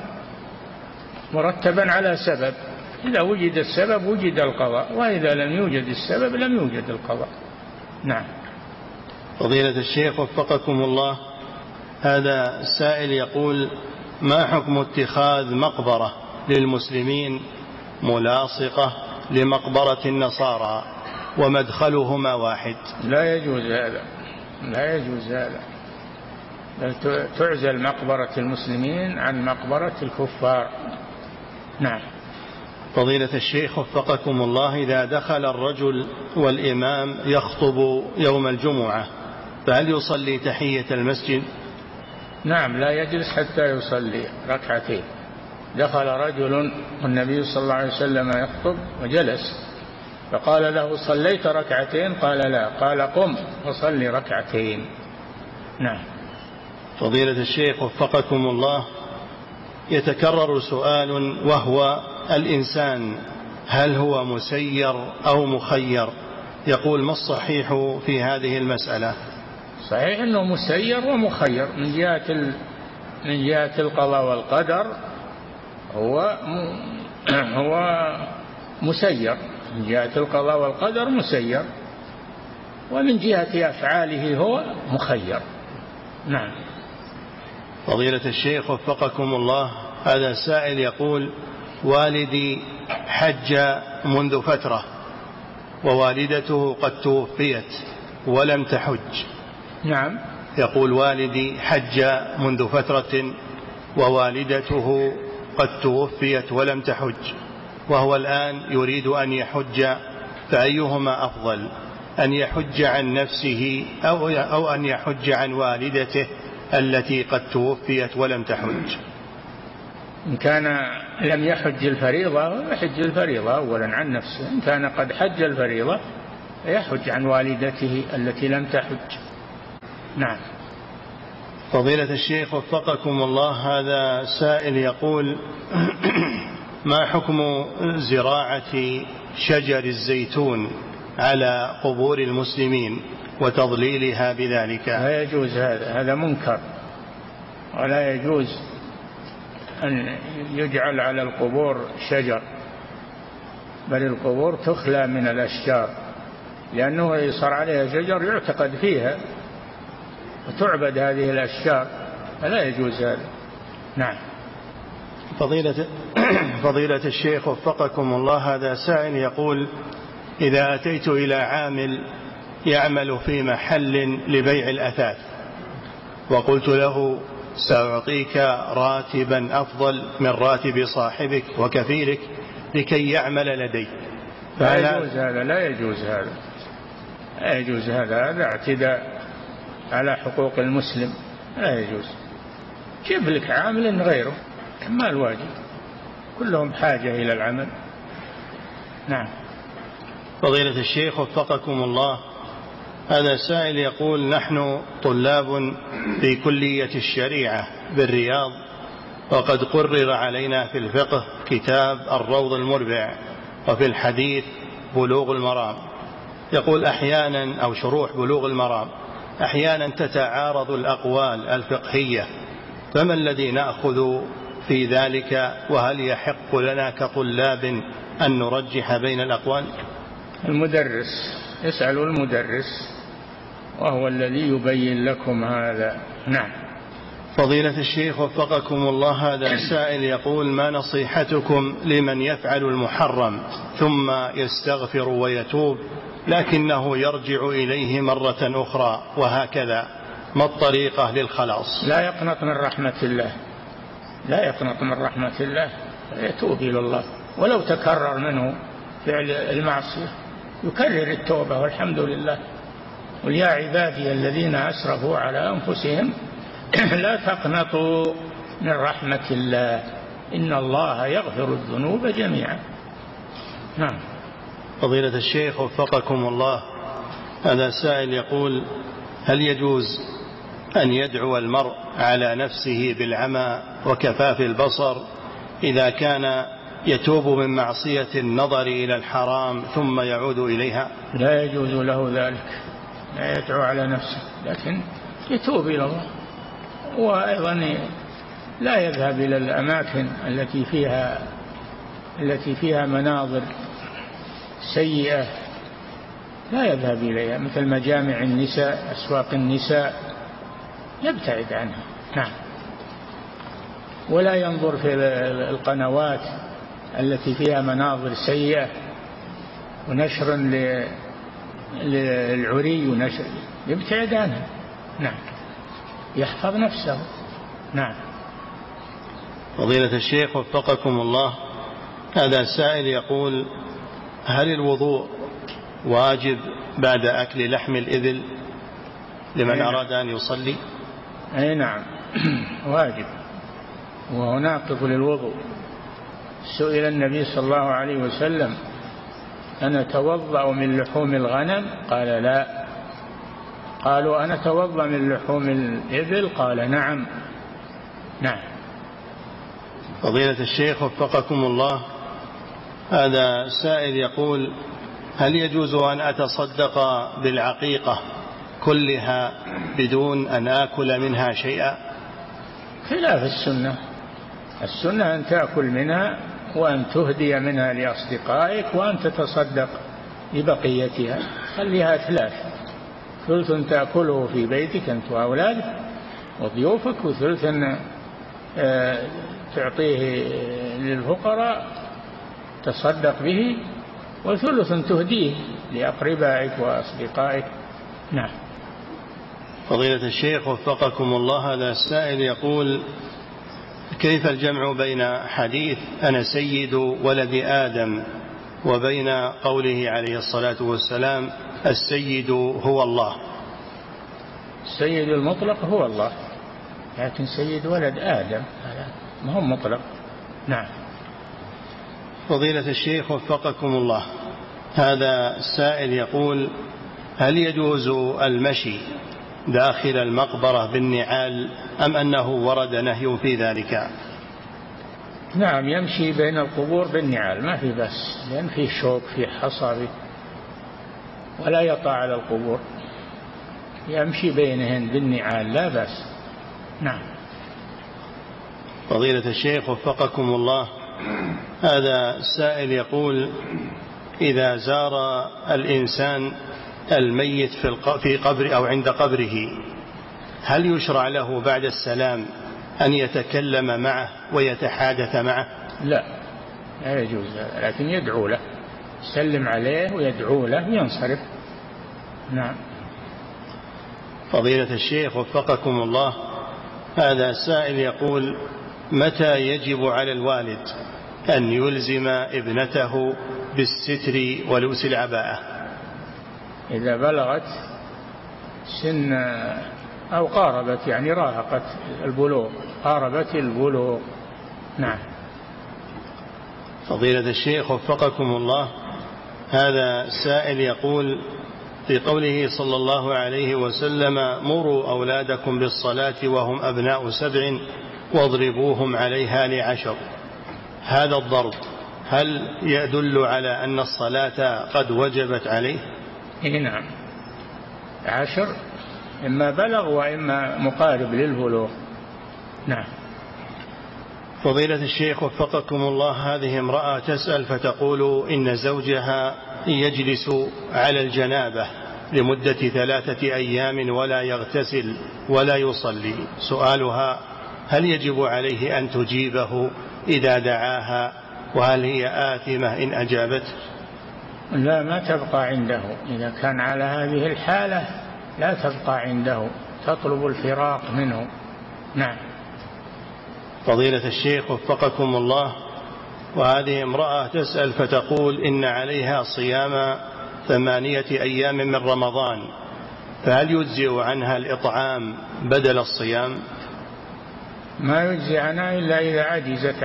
مرتبا على سبب، إذا وجد السبب وجد القضاء، وإذا لم يوجد السبب لم يوجد القضاء. نعم. فضيلة الشيخ وفقكم الله، هذا السائل يقول: ما حكم اتخاذ مقبرة للمسلمين ملاصقة لمقبرة النصارى ومدخلهما واحد؟ لا يجوز هذا، لا يجوز هذا، بل تعزل مقبرة المسلمين عن مقبرة الكفار. نعم. فضيلة الشيخ وفقكم الله، إذا دخل الرجل والإمام يخطب يوم الجمعة فهل يصلي تحية المسجد؟ نعم، لا يجلس حتى يصلي ركعتين. دخل رجل والنبي صلى الله عليه وسلم يخطب وجلس، فقال له: صليت ركعتين؟ قال: لا. قال: قم وصلي ركعتين. نعم. فضيلة الشيخ وفقكم الله، يتكرر سؤال وهو: الإنسان هل هو مسير أو مخير؟ يقول: ما الصحيح في هذه المسألة؟ صحيح أنه مسير ومخير، من جهة القضاء والقدر هو مسير، من جهة القضاء والقدر مسير، ومن جهة أفعاله هو مخير. نعم. فضيلة الشيخ وفقكم الله، هذا السائل يقول: والدي حج منذ فترة ووالدته قد توفيت ولم تحج. نعم. يقول: والدي حج منذ فترة ووالدته قد توفيت ولم تحج، وهو الآن يريد أن يحج، فأيهما أفضل، أن يحج عن نفسه أو أن يحج عن والدته التي قد توفيت ولم تحج؟ إن كان لم يحج الفريضة يحج الفريضة أولا عن نفسه، إن كان قد حج الفريضة يحج عن والدته التي لم تحج. نعم. فضيلة الشيخ وفقكم الله، هذا سائل يقول: ما حكم زراعة شجر الزيتون على قبور المسلمين وتضليلها بذلك؟ لا يجوز هذا منكر، ولا يجوز أن يجعل على القبور شجر، بل القبور تخلى من الأشجار، لأنه يصار عليها شجر يعتقد فيها وتعبد هذه الأشجار، فلا يجوز هذا. نعم. فضيلة الشيخ وفقكم الله، هذا سائل يقول: إذا أتيت إلى عامل يعمل في محل لبيع الأثاث وقلت له سأعطيك راتبا أفضل من راتب صاحبك وكفيلك لكي يعمل لدي، لا يجوز هذا، لا يجوز هذا، لا يجوز هذا، هذا اعتداء على حقوق المسلم، لا يجوز. جيب لك عامل غيره، ما الواجب، كلهم حاجة إلى العمل. نعم. فضيلة الشيخ وفقكم الله، هذا سائل يقول: نحن طلاب في كلية الشريعة بالرياض، وقد قرر علينا في الفقه كتاب الروض المربع، وفي الحديث بلوغ المرام. يقول أحيانا، أو شروح بلوغ المرام، أحيانا تتعارض الأقوال الفقهية، فما الذي نأخذ في ذلك؟ وهل يحق لنا كطلاب أن نرجح بين الأقوال؟ المدرس، اسألوا المدرس وهو الذي يبين لكم هذا. نعم. فضيلة الشيخ وفقكم الله، هذا سائل يقول: ما نصيحتكم لمن يفعل المحرم ثم يستغفر ويتوب لكنه يرجع إليه مرة أخرى وهكذا، ما الطريقة للخلاص؟ لا يقنط من رحمة الله، لا يقنط من رحمة الله، يتوب إلى الله، ولو تكرر منه فعل المعصية يكرر التوبة والحمد لله. قل يا عبادي الذين أسرفوا على أنفسهم لا تقنطوا من رحمة الله إن الله يغفر الذنوب جميعا. نعم. فضيلة الشيخ وفقكم الله، هذا سائل يقول: هل يجوز أن يدعو المرء على نفسه بالعمى وكفاف البصر إذا كان يتوب من معصية النظر إلى الحرام ثم يعود إليها؟ لا يجوز له ذلك، لا يدعو على نفسه، لكن يتوب إلى الله. وأيضا لا يذهب إلى الأماكن التي فيها مناظر سيئة، لا يذهب إليها، مثل مجامع النساء، أسواق النساء، يبتعد عنها. نعم. ولا ينظر في القنوات التي فيها مناظر سيئة ونشر للعري ونشر، يبتعد عنها. نعم. يحفظ نفسه. نعم. فضيلة الشيخ وفقكم الله، هذا سائل يقول: هل الوضوء واجب بعد أكل لحم الإبل لمن أراد أن يصلي؟ أي نعم واجب، وهو ناقض للوضوء. سئل النبي صلى الله عليه وسلم: أنا أتوضأ من لحوم الغنم؟ قال لا. قالوا: أنا أتوضأ من لحوم الإبل؟ قال نعم. نعم. فضيلة الشيخ وفقكم الله، هذا سائل يقول: هل يجوز أن أتصدق بالعقيقة كلها بدون أن آكل منها شيئا؟ خلاف السنة. السنة أن تأكل منها وأن تهدي منها لأصدقائك وأن تتصدق ببقيتها، خليها ثلث تأكله في بيتك أنت وأولادك وضيوفك، وثلث تعطيه للفقراء تصدق به، وثلث تهديه لأقربائك وأصدقائك. نعم. فضيلة الشيخ وفقكم الله، هذا السائل يقول: كيف الجمع بين حديث أنا سيد ولد آدم وبين قوله عليه الصلاة والسلام السيد هو الله؟ السيد المطلق هو الله، لكن سيد ولد آدم هذا ما هو مطلق. نعم. فضيلة الشيخ وفقكم الله، هذا السائل يقول: هل يجوز المشي داخل المقبرة بالنعال أم أنه ورد نهي في ذلك؟ نعم، يمشي بين القبور بالنعال ما في بس، لأن فيه شوك، فيه حصى، ولا يقع على القبور، يمشي بينهن بالنعال لا بأس. نعم. فضيلة الشيخ وفقكم الله، هذا السائل يقول: إذا زار الإنسان الميت في قبر أو عند قبره، هل يشرع له بعد السلام أن يتكلم معه ويتحادث معه؟ لا، لا يجوز، لكن يدعو له يسلم عليه ويدعو له وينصرف. نعم. فضيلة الشيخ وفقكم الله، هذا السائل يقول: متى يجب على الوالد أن يلزم ابنته بالستر ولبس العباءة؟ إذا بلغت سن أو قاربت، يعني راهقت البلوغ، قاربت البلوغ. نعم. فضيلة الشيخ وفقكم الله، هذا السائل يقول: في قوله صلى الله عليه وسلم: مروا أولادكم بالصلاة وهم أبناء 7 واضربوهم عليها ل10، هذا الضرب هل يدل على أن الصلاة قد وجبت عليه؟ نعم، 10 إما بلغ وإما مقارب للبلوغ. نعم. فضيلة الشيخ وفقكم الله، هذه امرأة تسأل فتقول إن زوجها يجلس على الجنابة لمدة 3 أيام ولا يغتسل ولا يصلي. سؤالها: هل يجب عليه أن تجيبه إذا دعاها؟ وهل هي آثمة إن أجابت؟ لا، ما تبقى عنده. إذا كان على هذه الحالة لا تبقى عنده، تطلب الفراق منه. نعم. فضيلة الشيخ وفقكم الله، وهذه امرأة تسأل فتقول إن عليها صيام 8 أيام من رمضان، فهل يجزئ عنها الإطعام بدل الصيام؟ ما يجزئ عنها إلا إذا عجزت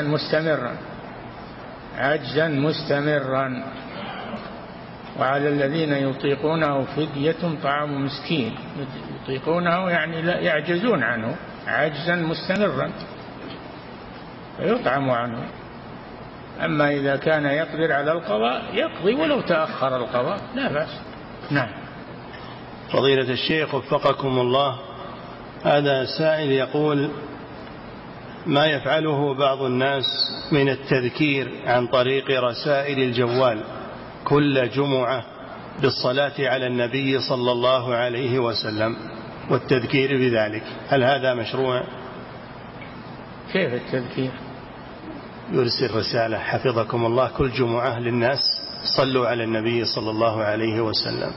عجزا مستمرا. وعلى الذين يطيقونه فدية طعام مسكين. يطيقونه يعني لا يعجزون عنه عجزا مستمرا فيطعم عنه. أما إذا كان يقدر على القضاء يقضي ولو تأخر القضاء لا بأس. نعم. فضيلة الشيخ وفقكم الله، هذا سائل يقول: ما يفعله بعض الناس من التذكير عن طريق رسائل الجوال كل جمعة بالصلاة على النبي صلى الله عليه وسلم والتذكير بذلك، هل هذا مشروع؟ كيف التذكير؟ يرسل رسالة حفظكم الله كل جمعة للناس: صلوا على النبي صلى الله عليه وسلم.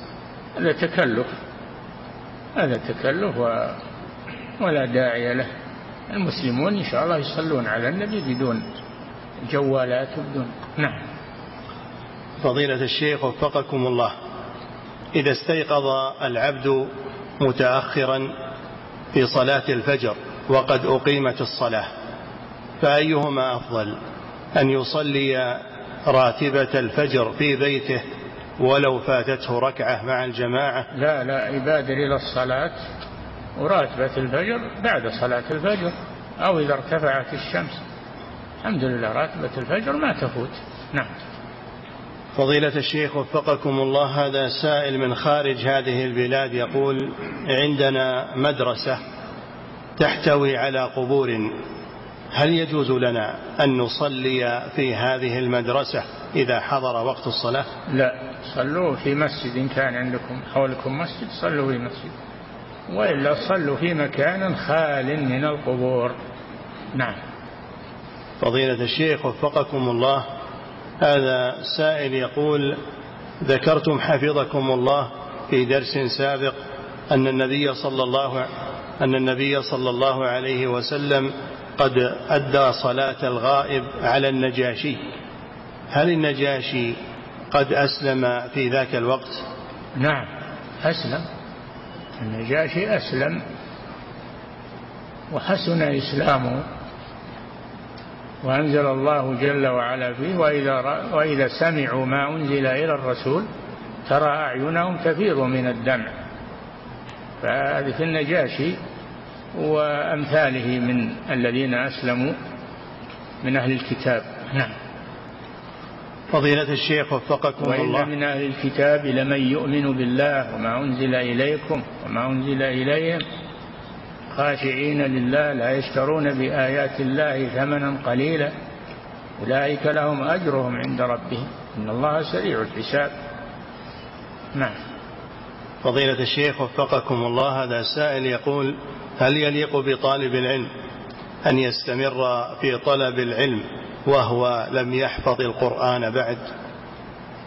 هذا تكلف ولا داعي له. المسلمون إن شاء الله يصلون على النبي بدون جوالات وبدون. نعم. فضيلة الشيخ وفقكم الله، إذا استيقظ العبد متأخرا في صلاة الفجر وقد أقيمت الصلاة، فأيهما أفضل: أن يصلي راتبة الفجر في بيته ولو فاتته ركعة مع الجماعة؟ لا، يبادر إلى الصلاة وراتبة الفجر بعد صلاة الفجر، أو إذا ارتفعت الشمس. الحمد لله راتبة الفجر ما تفوت. نعم. فضيلة الشيخ وفقكم الله، هذا سائل من خارج هذه البلاد يقول: عندنا مدرسة تحتوي على قبور، هل يجوز لنا أن نصلي في هذه المدرسة إذا حضر وقت الصلاة؟ لا، صلوا في مسجد. إن كان عندكم حولكم مسجد صلوا في مسجد، وإلا صلوا في مكان خال من القبور. نعم. فضيلة الشيخ وفقكم الله، هذا سائل يقول: ذكرتم حفظكم الله في درس سابق أن النبي صلى الله عليه وسلم قد أدى صلاة الغائب على النجاشي، هل النجاشي قد أسلم في ذاك الوقت؟ نعم أسلم، النجاشي أسلم وحسن إسلامه، وأنزل الله جل وعلا فيه: وإذا سمعوا ما أنزل إلى الرسول ترى أعينهم تفيض من الدمع. فهذه في النجاشي وأمثاله من الذين أسلموا من أهل الكتاب. نعم. فضيلة الشيخ وفقكم الله، وإن من أهل الكتاب لمن يؤمن بالله وما أنزل إليكم وما أنزل إليهم خاشعين لله لا يشترون بآيات الله ثمنا قليلا أولئك لهم أجرهم عند ربهم إن الله سريع الحساب. نعم. فضيلة الشيخ وفقكم الله، هذا سائل يقول: هل يليق بطالب العلم أن يستمر في طلب العلم وهو لم يحفظ القرآن بعد؟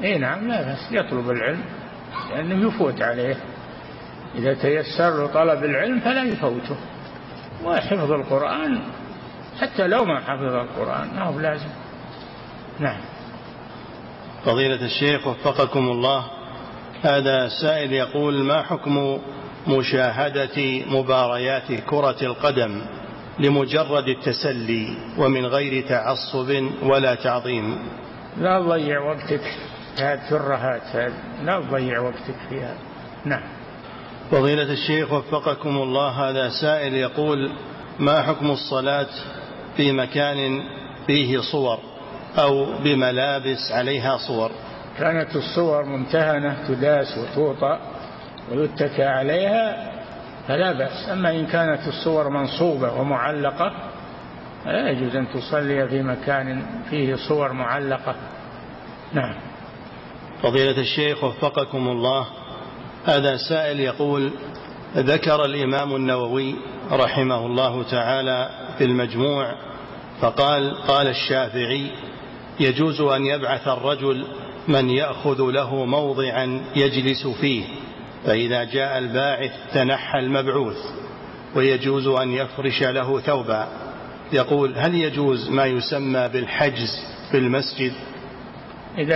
إيه نعم لا بس يطلب العلم لأنه يفوت عليه، إذا تيسر له طلب العلم فلا يفوته. وحفظ القرآن حتى لو ما حفظ القرآن ما هو لازم. نعم. فضيلة الشيخ وفقكم الله، هذا سائل يقول: ما حكم مشاهدة مباريات كرة القدم لمجرد التسلي ومن غير تعصب ولا تعظيم؟ لا تضيع وقتك هذه ترهات، لا تضيع وقتك فيها. نعم. فضيلة الشيخ وفقكم الله، هذا سائل يقول: ما حكم الصلاة في مكان فيه صور أو بملابس عليها صور؟ كانت الصور ممتهنة تداس وتوطأ ويتكى عليها فلا بأس، أما إن كانت الصور منصوبة ومعلقة لا يجوز أن تصلي في مكان فيه صور معلقة. نعم. فضيلة الشيخ وفقكم الله، هذا سائل يقول: ذكر الإمام النووي رحمه الله تعالى في المجموع فقال: قال الشافعي: يجوز أن يبعث الرجل من يأخذ له موضعا يجلس فيه، فإذا جاء الباعث تنحى المبعوث، ويجوز أن يفرش له ثوبا. يقول: هل يجوز ما يسمى بالحجز في المسجد؟ إذا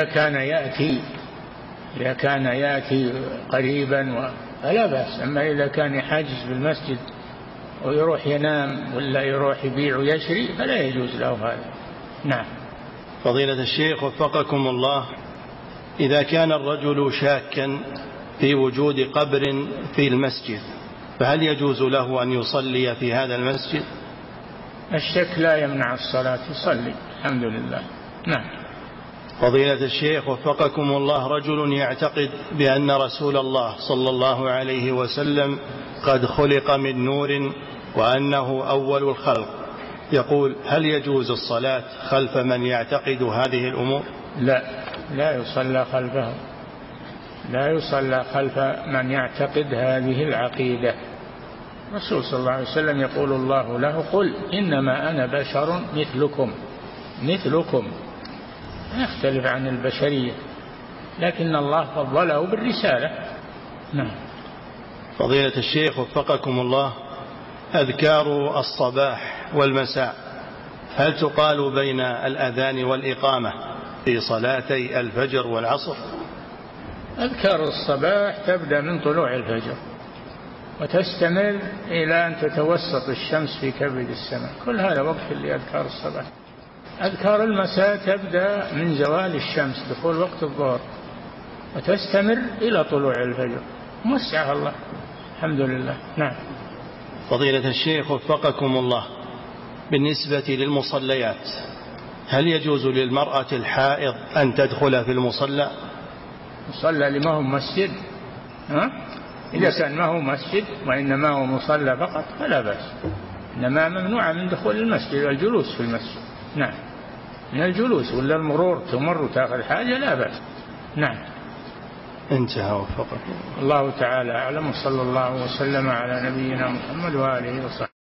كان يأتي قريبا فلا بأس، أما إذا كان حاجز بالمسجد ويروح ينام ولا يروح يبيع ويشري فلا يجوز له هذا. نعم. فضيلة الشيخ وفقكم الله، إذا كان الرجل شاكا في وجود قبر في المسجد فهل يجوز له أن يصلي في هذا المسجد؟ الشك لا يمنع الصلاة، يصلي الحمد لله. نعم. فضيلة الشيخ وفقكم الله، رجل يعتقد بأن رسول الله صلى الله عليه وسلم قد خلق من نور وأنه أول الخلق، يقول: هل يجوز الصلاة خلف من يعتقد هذه الأمور؟ لا يصلى خلفه، لا يصلى خلف من يعتقد هذه العقيدة. الرسول صلى الله عليه وسلم يقول الله له: قل إنما أنا بشر مثلكم يختلف عن البشرية، لكن الله فضله بالرسالة. نعم. فضيلة الشيخ وفقكم الله، أذكار الصباح والمساء هل تقال بين الأذان والإقامة في صلاتي الفجر والعصر؟ أذكار الصباح تبدأ من طلوع الفجر وتستمر إلى أن تتوسط الشمس في كبد السماء، كل هذا وقت لأذكار الصباح. أذكار المساء تبدأ من زوال الشمس دخول وقت الظهر وتستمر إلى طلوع الفجر، مسعها الله الحمد لله. نعم. فضيلة الشيخ وفقكم الله، بالنسبة للمصليات هل يجوز للمرأة الحائض أن تدخل في المصلى؟ مصلى لما هو مسجد، إذا كان ما هو مسجد وإنما هو مصلى فقط فلا بأس، إنما ممنوع من دخول المسجد والجلوس في المسجد. نعم. من الجلوس ولا المرور تمر وتأخذ حاجة لا بأس. نعم. انتهى وفقكم الله تعالى أعلم، صلى الله وسلم على نبينا محمد وآله وصحبه.